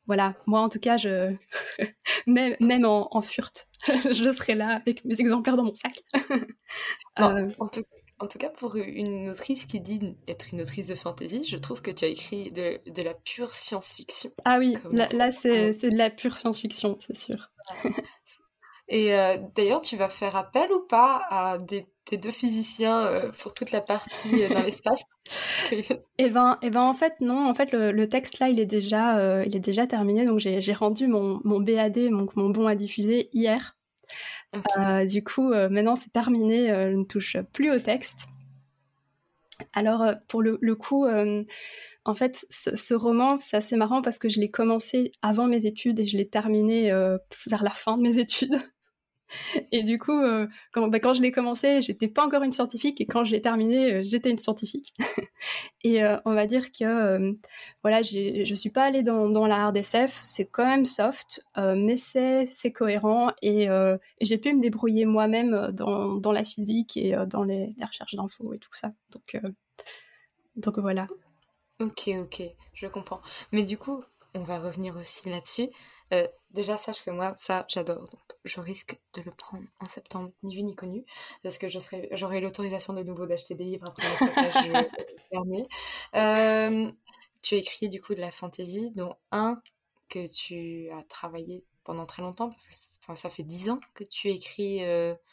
C: voilà, moi en tout cas, même en furte, je serai là avec mes exemplaires dans mon sac.
A: Bon, en tout cas, pour une autrice qui dit être une autrice de fantasy, je trouve que tu as écrit de la pure science-fiction.
C: Ah oui,
A: Comme,
C: là
A: comme-
C: c'est de la pure science-fiction, c'est sûr.
A: Et d'ailleurs, tu vas faire appel ou pas à tes deux physiciens pour toute la partie dans l'espace? Curieuse.
C: Et ben en fait non, en fait le texte là il est déjà terminé, donc j'ai rendu mon BAD, donc mon bon à diffuser hier.
A: Ok.
C: Du coup maintenant c'est terminé, je ne touche plus au texte. Alors pour le coup, en fait ce roman c'est assez marrant parce que je l'ai commencé avant mes études et je l'ai terminé vers la fin de mes études. Et du coup, quand je l'ai commencé, j'étais pas encore une scientifique, et quand je l'ai terminé, j'étais une scientifique. Et on va dire que voilà, je suis pas allée dans la hard SF, c'est quand même soft, mais c'est cohérent, et j'ai pu me débrouiller moi-même dans la physique et dans les recherches d'infos et tout ça. Donc voilà.
A: Ok, ok, je comprends. Mais du coup, on va revenir aussi là-dessus. Déjà, sache que moi, ça, j'adore. Donc, je risque de le prendre en septembre, ni vu ni connu, parce que j'aurai l'autorisation de nouveau d'acheter des livres après le flocage dernier. Euh, Tu as écrit du coup de la fantasy, dont un que tu as travaillé pendant très longtemps, parce que enfin, ça fait 10 ans que tu écris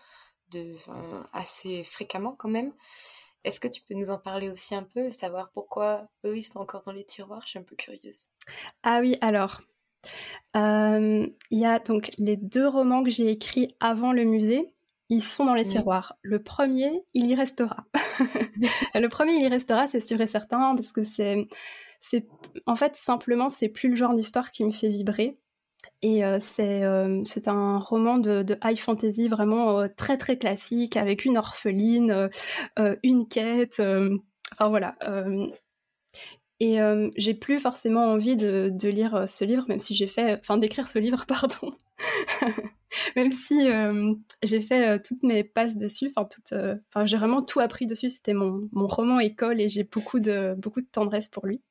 A: assez fréquemment quand même. Est-ce que tu peux nous en parler aussi un peu, savoir pourquoi eux, ils sont encore dans les tiroirs? Je suis un peu curieuse.
C: Ah oui, alors, il y a donc les 2 romans que j'ai écrits avant le musée, ils sont dans les
A: Mhm.
C: tiroirs. Le premier, il y restera. Le premier, il y restera, c'est sûr et certain, parce que c'est en fait, simplement, c'est plus le genre d'histoire qui me fait vibrer. Et c'est un roman de high fantasy vraiment très très classique, avec une orpheline, une quête, enfin voilà. Et j'ai plus forcément envie de lire ce livre, même si d'écrire ce livre, pardon. Même si j'ai fait toutes mes passes dessus, j'ai vraiment tout appris dessus. C'était mon roman école et j'ai beaucoup de tendresse pour lui.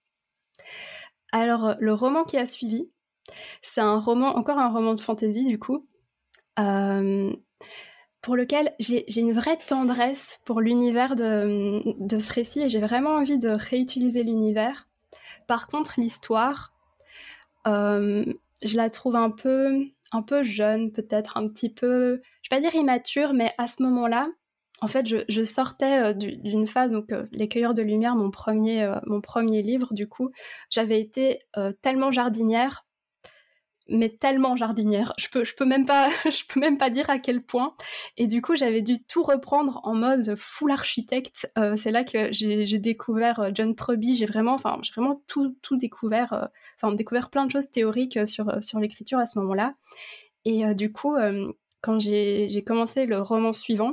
C: Alors, le roman qui a suivi, c'est encore un roman de fantasy du coup, euh, pour lequel j'ai une vraie tendresse pour l'univers de ce récit, et j'ai vraiment envie de réutiliser l'univers. Par contre, l'histoire, euh, je la trouve un peu jeune, peut-être un petit peu, je vais pas dire immature, mais à ce moment-là, en fait, je sortais d'une phase, donc Les Cueilleurs de Lumière, mon premier livre, du coup, j'avais été tellement jardinière, mais tellement jardinière. Je peux même pas, je peux même pas dire à quel point. Et du coup, j'avais dû tout reprendre en mode full architecte. C'est là que j'ai découvert John Truby. J'ai vraiment tout découvert. Découvert plein de choses théoriques sur l'écriture à ce moment-là. Et du coup, quand j'ai commencé le roman suivant,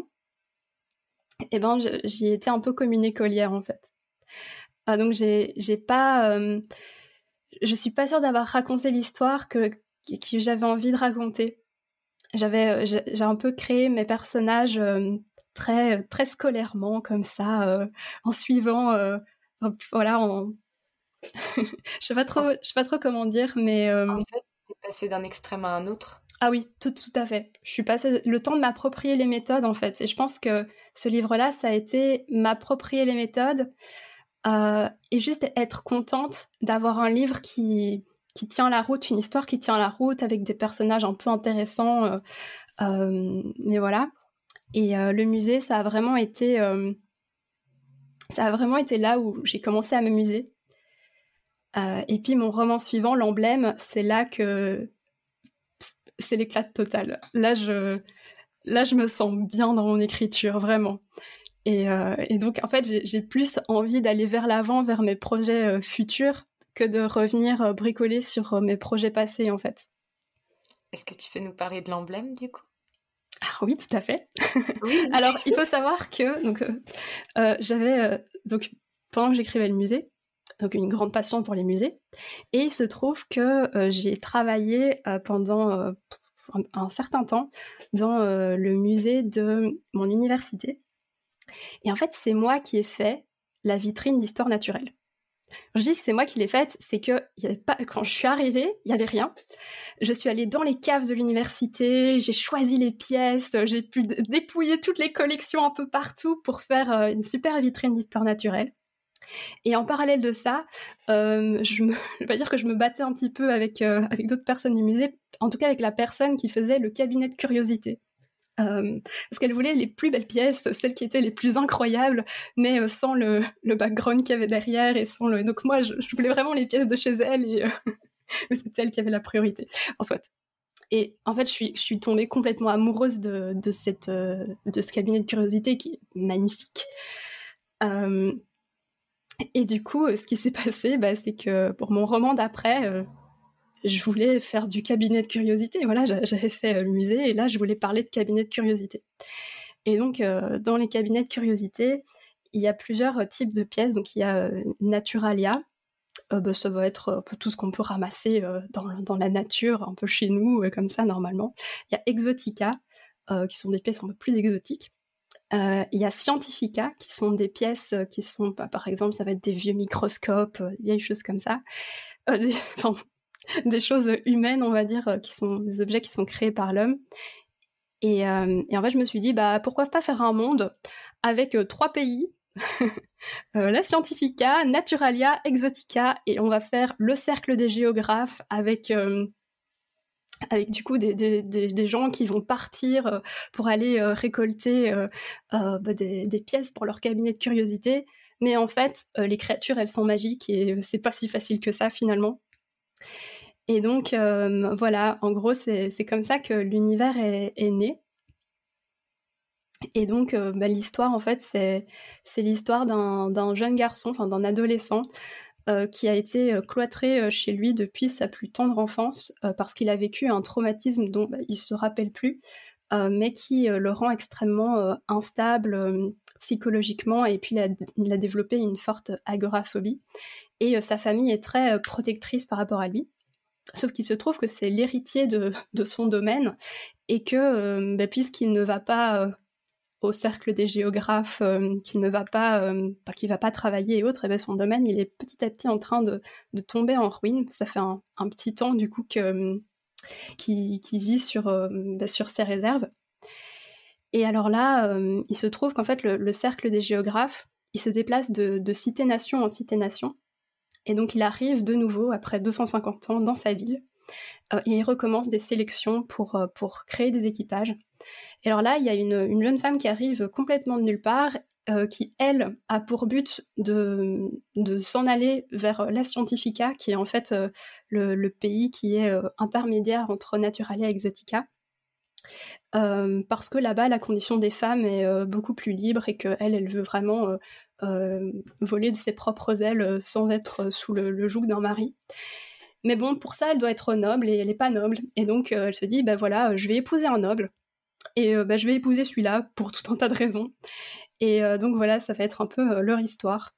C: eh ben, j'y étais un peu comme une écolière en fait. Donc j'ai pas, je suis pas sûre d'avoir raconté l'histoire que j'avais envie de raconter. J'ai un peu créé mes personnages très très scolairement comme ça, en suivant, voilà,
A: En,
C: je sais pas trop comment dire, mais
A: en fait, t'es passé d'un extrême à un autre.
C: ah oui, tout à fait. Je suis passée le temps de m'approprier les méthodes en fait, et je pense que ce livre-là, ça a été m'approprier les méthodes, et juste être contente d'avoir un livre qui tient la route, une histoire qui tient la route avec des personnages un peu intéressants, mais voilà. Et le musée, ça a vraiment été là où j'ai commencé à m'amuser. Et puis mon roman suivant, L'Emblème, c'est là que c'est l'éclat total. Là, je me sens bien dans mon écriture, vraiment. Et donc, en fait, j'ai plus envie d'aller vers l'avant, vers mes projets futurs, que de revenir bricoler sur mes projets passés, en fait.
A: Est-ce que tu peux nous parler de l'emblème du coup?
C: Ah oui, tout à fait.
A: Oui, oui.
C: Alors, il faut savoir que j'avais donc pendant que j'écrivais le musée, donc une grande passion pour les musées, et il se trouve que j'ai travaillé pendant un certain temps dans le musée de mon université. Et en fait, c'est moi qui ai fait la vitrine d'histoire naturelle. Je dis que c'est moi qui l'ai faite, c'est que quand je suis arrivée, il n'y avait rien. Je suis allée dans les caves de l'université, j'ai choisi les pièces, j'ai pu dépouiller toutes les collections un peu partout pour faire une super vitrine d'histoire naturelle. Et en parallèle de ça, je vais pas dire que je me battais un petit peu avec d'autres personnes du musée, en tout cas avec la personne qui faisait le cabinet de curiosité. Parce qu'elle voulait les plus belles pièces, celles qui étaient les plus incroyables, mais sans le background qu'il y avait derrière et sans le. Donc moi, je voulais vraiment les pièces de chez elle et c'était elle qui avait la priorité. En soit. Et en fait, je suis tombée complètement amoureuse de ce cabinet de curiosité qui est magnifique. Et du coup, ce qui s'est passé, c'est que pour mon roman d'après, je voulais faire du cabinet de curiosité. Voilà, j'avais fait le musée et là, je voulais parler de cabinet de curiosité. Et donc, dans les cabinets de curiosité, il y a plusieurs types de pièces. Donc, il y a Naturalia. Ça va être un peu tout ce qu'on peut ramasser dans la nature, un peu chez nous, comme ça, normalement. Il y a Exotica, qui sont des pièces un peu plus exotiques. Il y a Scientifica, qui sont des pièces qui sont, par exemple, ça va être des vieux microscopes, des vieilles choses comme ça. Des choses humaines, on va dire, qui sont des objets qui sont créés par l'homme. Et en fait, je me suis dit, pourquoi pas faire un monde avec 3 pays, la Scientifica, Naturalia, Exotica, et on va faire le cercle des géographes avec du coup des gens qui vont partir pour aller récolter des pièces pour leur cabinet de curiosité. Mais en fait, les créatures, elles sont magiques et c'est pas si facile que ça, finalement. Et donc, voilà, en gros, c'est comme ça que l'univers est né. Et donc, l'histoire, en fait, c'est l'histoire d'un jeune garçon, enfin d'un adolescent, qui a été cloîtré chez lui depuis sa plus tendre enfance, parce qu'il a vécu un traumatisme dont il ne se rappelle plus, mais qui le rend extrêmement instable psychologiquement, et puis il a développé une forte agoraphobie. Et sa famille est très protectrice par rapport à lui. Sauf qu'il se trouve que c'est l'héritier de son domaine et que, puisqu'il ne va pas au cercle des géographes, qu'il ne va pas, qu'il va pas travailler et autres, et son domaine, il est petit à petit en train de tomber en ruine. Ça fait un petit temps, du coup, qu'il vit sur ses réserves. Et alors là, il se trouve qu'en fait, le cercle des géographes, il se déplace de cité-nation en cité-nation. Et donc, il arrive de nouveau, après 250 ans, dans sa ville. Et il recommence des sélections pour créer des équipages. Et alors là, il y a une jeune femme qui arrive complètement de nulle part, qui, elle, a pour but de s'en aller vers la Scientifica, qui est en fait le pays qui est intermédiaire entre Naturalia et Exotica. Parce que là-bas, la condition des femmes est beaucoup plus libre et qu'elle, elle veut vraiment voler de ses propres ailes sans être sous le joug d'un mari. Mais bon, pour ça, elle doit être noble et elle n'est pas noble. Et donc, elle se dit, voilà, je vais épouser un noble. Et je vais épouser celui-là pour tout un tas de raisons. Et donc voilà, ça va être un peu leur histoire.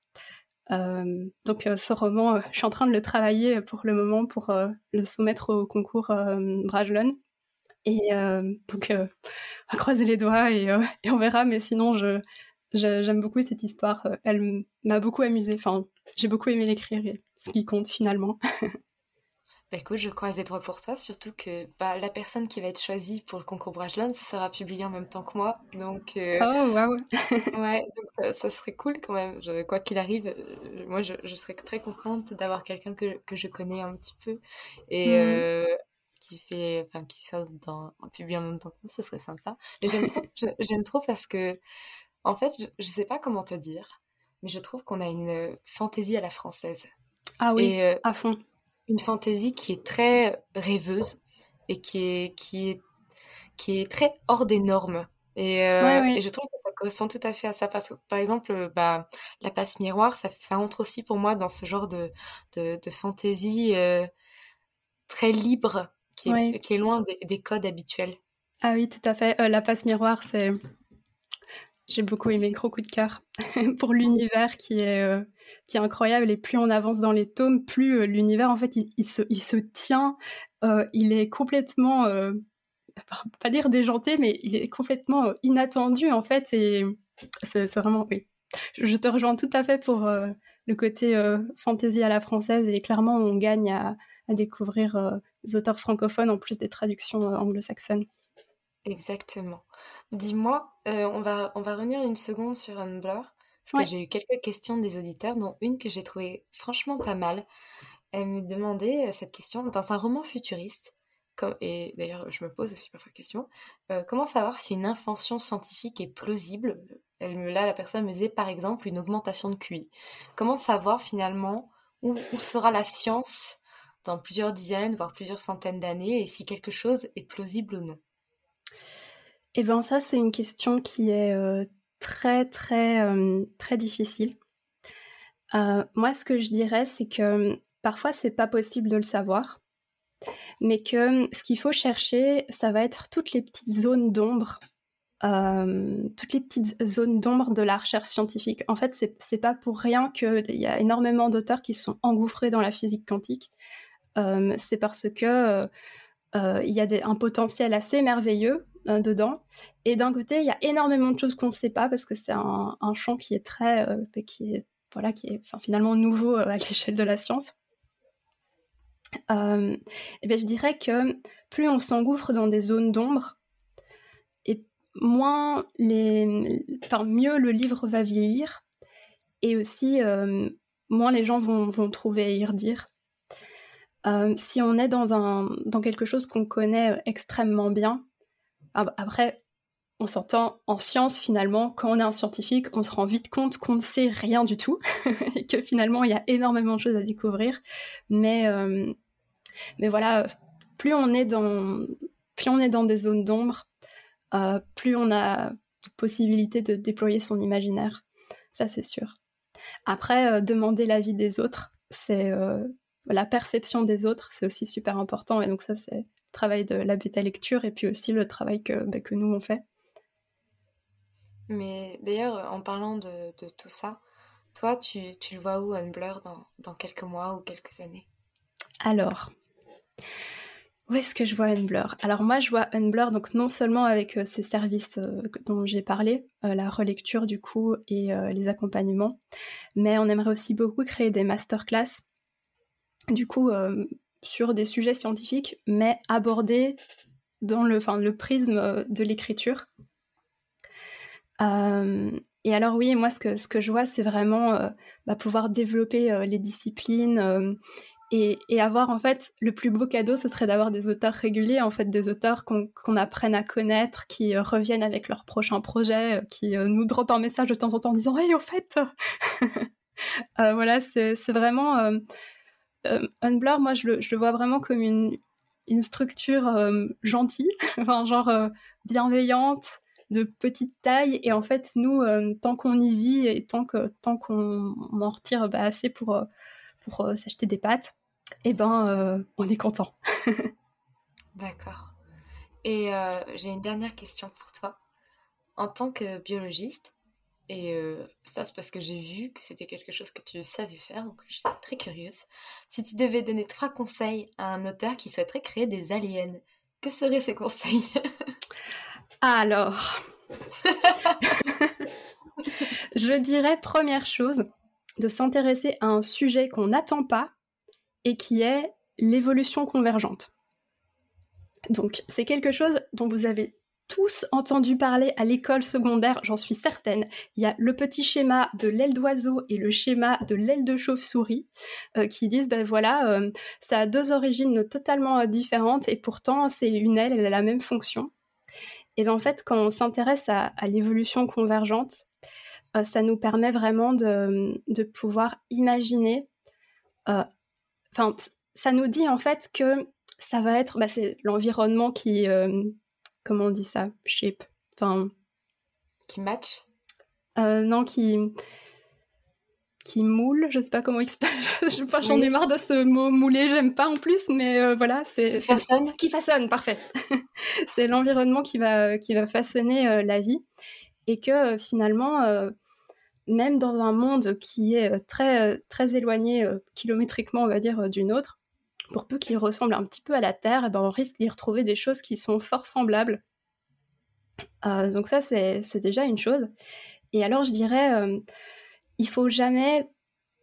C: Donc ce roman, je suis en train de le travailler pour le moment pour le soumettre au concours Brajlon. Et donc, on va croiser les doigts et on verra. Mais sinon, j'aime beaucoup cette histoire. Elle m'a beaucoup amusée. Enfin, j'ai beaucoup aimé l'écrire, et ce qui compte finalement.
A: Écoute, je croise les doigts pour toi, surtout que la personne qui va être choisie pour le concours Brajlon sera publiée en même temps que moi. Donc,
C: Oh, waouh!
A: ouais, donc ça serait cool quand même. Quoi qu'il arrive, moi, je serais très contente d'avoir quelqu'un que je connais un petit peu et qui soit publié en même temps que moi, ce serait sympa. Mais j'aime trop parce que, en fait, je sais pas comment te dire, mais je trouve qu'on a une fantaisie à la française.
C: Ah oui, à fond.
A: Une fantaisie qui est très rêveuse et qui est très hors des normes. Et je trouve que ça correspond tout à fait à ça. Parce que, par exemple, la passe miroir, ça entre aussi pour moi dans ce genre de fantaisie très libre, qui est loin des codes habituels.
C: Ah oui, tout à fait. La passe miroir, j'ai beaucoup aimé, gros coup de cœur pour l'univers qui est incroyable. Et plus on avance dans les tomes, plus l'univers, en fait, il se tient. Il est complètement, pas dire déjanté, mais il est complètement inattendu, en fait. Et c'est vraiment, oui. Je te rejoins tout à fait pour le côté fantasy à la française, et clairement on gagne à découvrir des auteurs francophones en plus des traductions anglo-saxonnes.
A: Exactement. Dis-moi, on va revenir une seconde sur Unblur, parce que j'ai eu quelques questions des auditeurs, dont une que j'ai trouvée franchement pas mal. Elle me demandait cette question, dans un roman futuriste, et d'ailleurs je me pose aussi parfois la question, comment savoir si une invention scientifique est plausible? Là, la personne me disait par exemple une augmentation de QI. Comment savoir finalement où sera la science dans plusieurs dizaines, voire plusieurs centaines d'années, et si quelque chose est plausible ou non?
C: Eh bien ça, c'est une question qui est très difficile. Moi, ce que je dirais, c'est que parfois, c'est pas possible de le savoir, mais que ce qu'il faut chercher, ça va être toutes les petites zones d'ombre, de la recherche scientifique. En fait, c'est pas pour rien qu'il y a énormément d'auteurs qui sont engouffrés dans la physique quantique. C'est parce que il y a un potentiel assez merveilleux dedans. Et d'un côté, il y a énormément de choses qu'on ne sait pas parce que c'est un champ qui est finalement nouveau à l'échelle de la science. Je dirais que plus on s'engouffre dans des zones d'ombre, et mieux le livre va vieillir, et aussi moins les gens vont trouver à y redire. Si on est dans quelque chose qu'on connaît extrêmement bien, après, on s'entend en science, finalement, quand on est un scientifique, on se rend vite compte qu'on ne sait rien du tout, et que finalement, il y a énormément de choses à découvrir. Mais voilà, plus on est dans des zones d'ombre, plus on a de possibilités de déployer son imaginaire. Ça, c'est sûr. Après, demander l'avis des autres, c'est la perception des autres, c'est aussi super important. Et donc ça, c'est le travail de la bêta-lecture, et puis aussi le travail que nous, on fait.
A: Mais d'ailleurs, en parlant de tout ça, toi, tu le vois où, Unblur, dans quelques mois ou quelques années?
C: Alors, où est-ce que je vois Unblur? Alors moi, je vois Unblur donc non seulement avec ces services dont j'ai parlé, la relecture du coup et les accompagnements, mais on aimerait aussi beaucoup créer des masterclass, du coup sur des sujets scientifiques, mais abordés dans le prisme de l'écriture. Et alors oui, moi ce que je vois, c'est vraiment pouvoir développer les disciplines, et avoir, en fait, le plus beau cadeau, ce serait d'avoir des auteurs réguliers, en fait, des auteurs qu'on apprenne à connaître, qui reviennent avec leur prochain projet, qui nous dropent un message de temps en temps en disant « Hey, au fait !» Voilà, c'est vraiment... Unblur, moi, je le vois vraiment comme une structure gentille, enfin, genre bienveillante, de petite taille, et en fait, nous, tant qu'on y vit et tant qu'on en retire assez pour s'acheter des pâtes, on est content.
A: D'accord. Et j'ai une dernière question pour toi. En tant que biologiste, et ça c'est parce que j'ai vu que c'était quelque chose que tu savais faire, donc j'étais très curieuse. Si tu devais donner 3 conseils à un auteur qui souhaiterait créer des aliens, que seraient ces conseils?
C: Alors, je dirais, première chose, de s'intéresser à un sujet qu'on n'attend pas et qui est l'évolution convergente. Donc, c'est quelque chose dont vous avez tous entendu parler à l'école secondaire, j'en suis certaine. Il y a le petit schéma de l'aile d'oiseau et le schéma de l'aile de chauve-souris qui disent, ça a 2 origines totalement différentes, et pourtant, c'est une aile, elle a la même fonction. Et bien en fait, quand on s'intéresse à l'évolution convergente, ça nous permet vraiment de pouvoir imaginer... ça nous dit en fait que ça va être... c'est l'environnement qui... comment on dit ça? Shape.
A: Qui match?
C: Non, qui moule, je sais pas comment il se passe. J'en ai marre de ce mot mouler, j'aime pas en plus, mais voilà, c'est...
A: Façonne?
C: Qui façonne, parfait. C'est l'environnement qui va façonner la vie, et que finalement... même dans un monde qui est très éloigné kilométriquement, on va dire, du nôtre, pour peu qu'il ressemble un petit peu à la Terre, on risque d'y retrouver des choses qui sont fort semblables. Donc ça, c'est déjà une chose. Et alors, je dirais, il faut jamais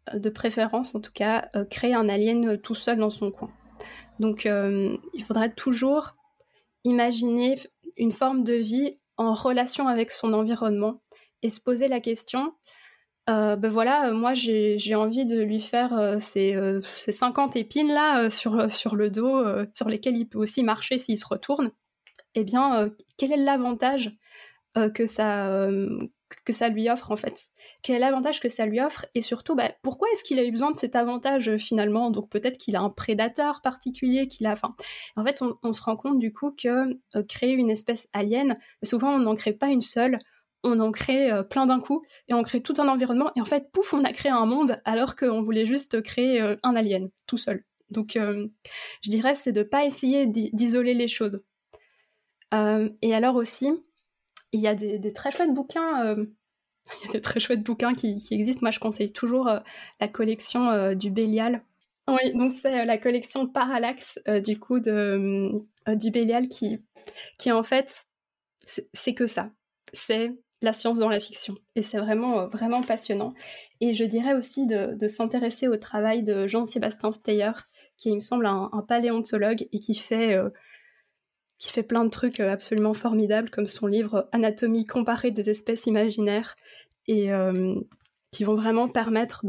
C: de préférence en tout cas, créer un alien tout seul dans son coin. Donc il faudrait toujours imaginer une forme de vie en relation avec son environnement et se poser la question, moi j'ai envie de lui faire ces 50 épines là sur le dos, sur lesquelles il peut aussi marcher s'il se retourne. Eh bien, quel est l'avantage que ça lui offre en fait? Quel est l'avantage que ça lui offre? Et surtout, pourquoi est-ce qu'il a eu besoin de cet avantage finalement? Donc peut-être qu'il a un prédateur particulier, en fait, on se rend compte du coup que créer une espèce alien, souvent on n'en crée pas une seule, on en crée plein d'un coup, et on crée tout un environnement, et en fait, pouf, on a créé un monde, alors qu'on voulait juste créer un alien, tout seul. Donc je dirais, c'est de pas essayer d'isoler les choses. Et alors aussi, il y a des très chouettes bouquins, il y a des très chouettes bouquins qui existent. Moi, je conseille toujours la collection du Bélial. Oui, donc c'est la collection Parallax, du coup, du Bélial qui en fait, c'est que ça. C'est la science dans la fiction. Et c'est vraiment, vraiment passionnant. Et je dirais aussi de s'intéresser au travail de Jean-Sébastien Steyer, qui est, il me semble, un paléontologue et qui fait plein de trucs absolument formidables, comme son livre Anatomie comparée des espèces imaginaires, et qui vont vraiment permettre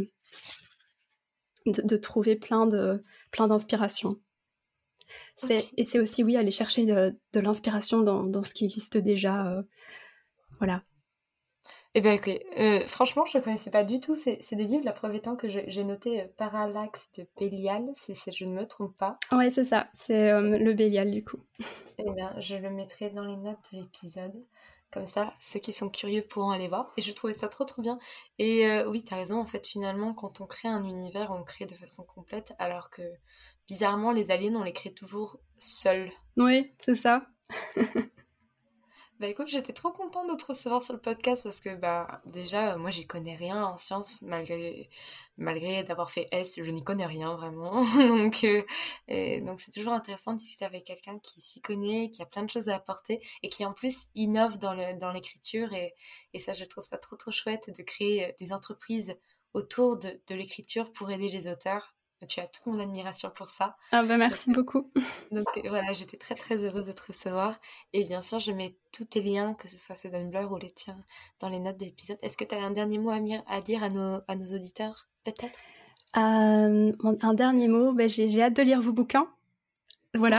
C: de trouver plein d'inspirations. Okay. Et c'est aussi, oui, aller chercher de l'inspiration dans ce qui existe déjà. Voilà.
A: Eh bien, ok. Franchement, je ne connaissais pas du tout ces deux livres. La preuve étant que j'ai noté Parallax de Bélial, si je ne me trompe pas.
C: Ouais, c'est ça. C'est le Bélial, du coup.
A: Eh bien, je le mettrai dans les notes de l'épisode. Comme ça, ceux qui sont curieux pourront aller voir. Et je trouvais ça trop bien. Et oui, t'as raison. En fait, finalement, quand on crée un univers, on le crée de façon complète. Alors que, bizarrement, les aliens, on les crée toujours seuls.
C: Oui, c'est ça.
A: Bah écoute, j'étais trop contente de te recevoir sur le podcast parce que déjà moi j'y connais rien en sciences malgré d'avoir fait S, je n'y connais rien vraiment. donc c'est toujours intéressant de discuter avec quelqu'un qui s'y connaît, qui a plein de choses à apporter et qui en plus innove dans l'écriture et ça je trouve ça trop chouette de créer des entreprises autour de l'écriture pour aider les auteurs. Tu as toute mon admiration pour ça.
C: Ah merci beaucoup.
A: Donc voilà, j'étais très heureuse de te recevoir. Et bien sûr, je mets tous tes liens, que ce soit ceux d'Unblur ou les tiens, dans les notes de l'épisode. Est-ce que tu as un dernier mot à dire à nos auditeurs, peut-être?
C: Un dernier mot, j'ai hâte de lire vos bouquins. Voilà.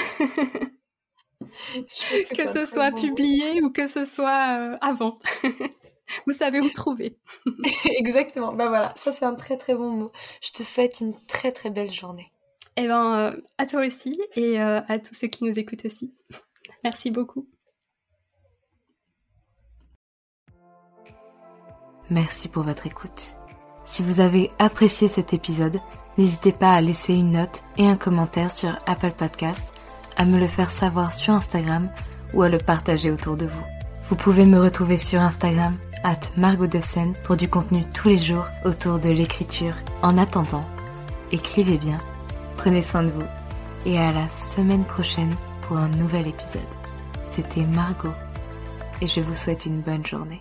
C: que ce soit publié ou que ce soit avant. Vous savez où trouver.
A: Exactement. Voilà, ça c'est un très bon mot. Je te souhaite une très belle journée.
C: Eh bien, à toi aussi et à tous ceux qui nous écoutent aussi. Merci beaucoup.
A: Merci pour votre écoute. Si vous avez apprécié cet épisode, n'hésitez pas à laisser une note et un commentaire sur Apple Podcast, à me le faire savoir sur Instagram ou à le partager autour de vous. Vous pouvez me retrouver sur Instagram @margotdescènes pour du contenu tous les jours autour de l'écriture. En attendant, écrivez bien, prenez soin de vous et à la semaine prochaine pour un nouvel épisode. C'était Margot et je vous souhaite une bonne journée.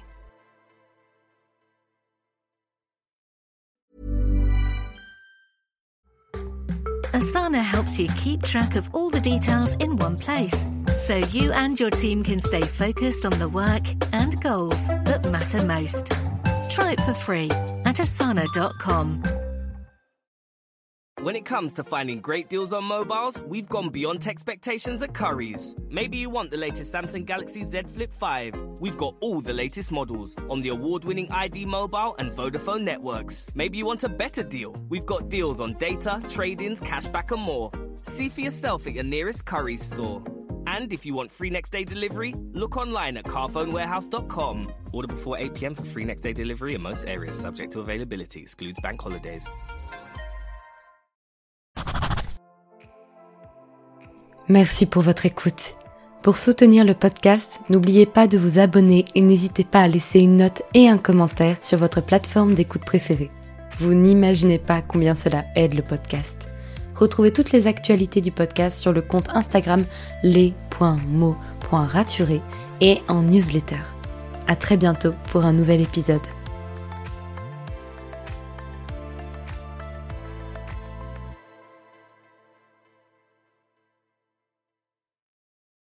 D: Asana helps you keep track of all the details in one place, so you and your team can stay focused on the work and goals that matter most. Try it for free at asana.com.
B: When it comes to finding great deals on mobiles, we've gone beyond expectations at Currys. Maybe you want the latest Samsung Galaxy Z Flip 5. We've got all the latest models on the award-winning ID Mobile and Vodafone networks. Maybe you want a better deal. We've got deals on data, trade-ins, cashback and more. See for yourself at your nearest Currys store. And if you want free next-day delivery, look online at carphonewarehouse.com. Order before 8 p.m. for free next-day delivery in most areas, subject to availability, excludes bank holidays.
A: Merci pour votre écoute. Pour soutenir le podcast, n'oubliez pas de vous abonner et n'hésitez pas à laisser une note et un commentaire sur votre plateforme d'écoute préférée. Vous n'imaginez pas combien cela aide le podcast. Retrouvez toutes les actualités du podcast sur le compte Instagram les.mots.raturés et en newsletter. À très bientôt pour un nouvel épisode.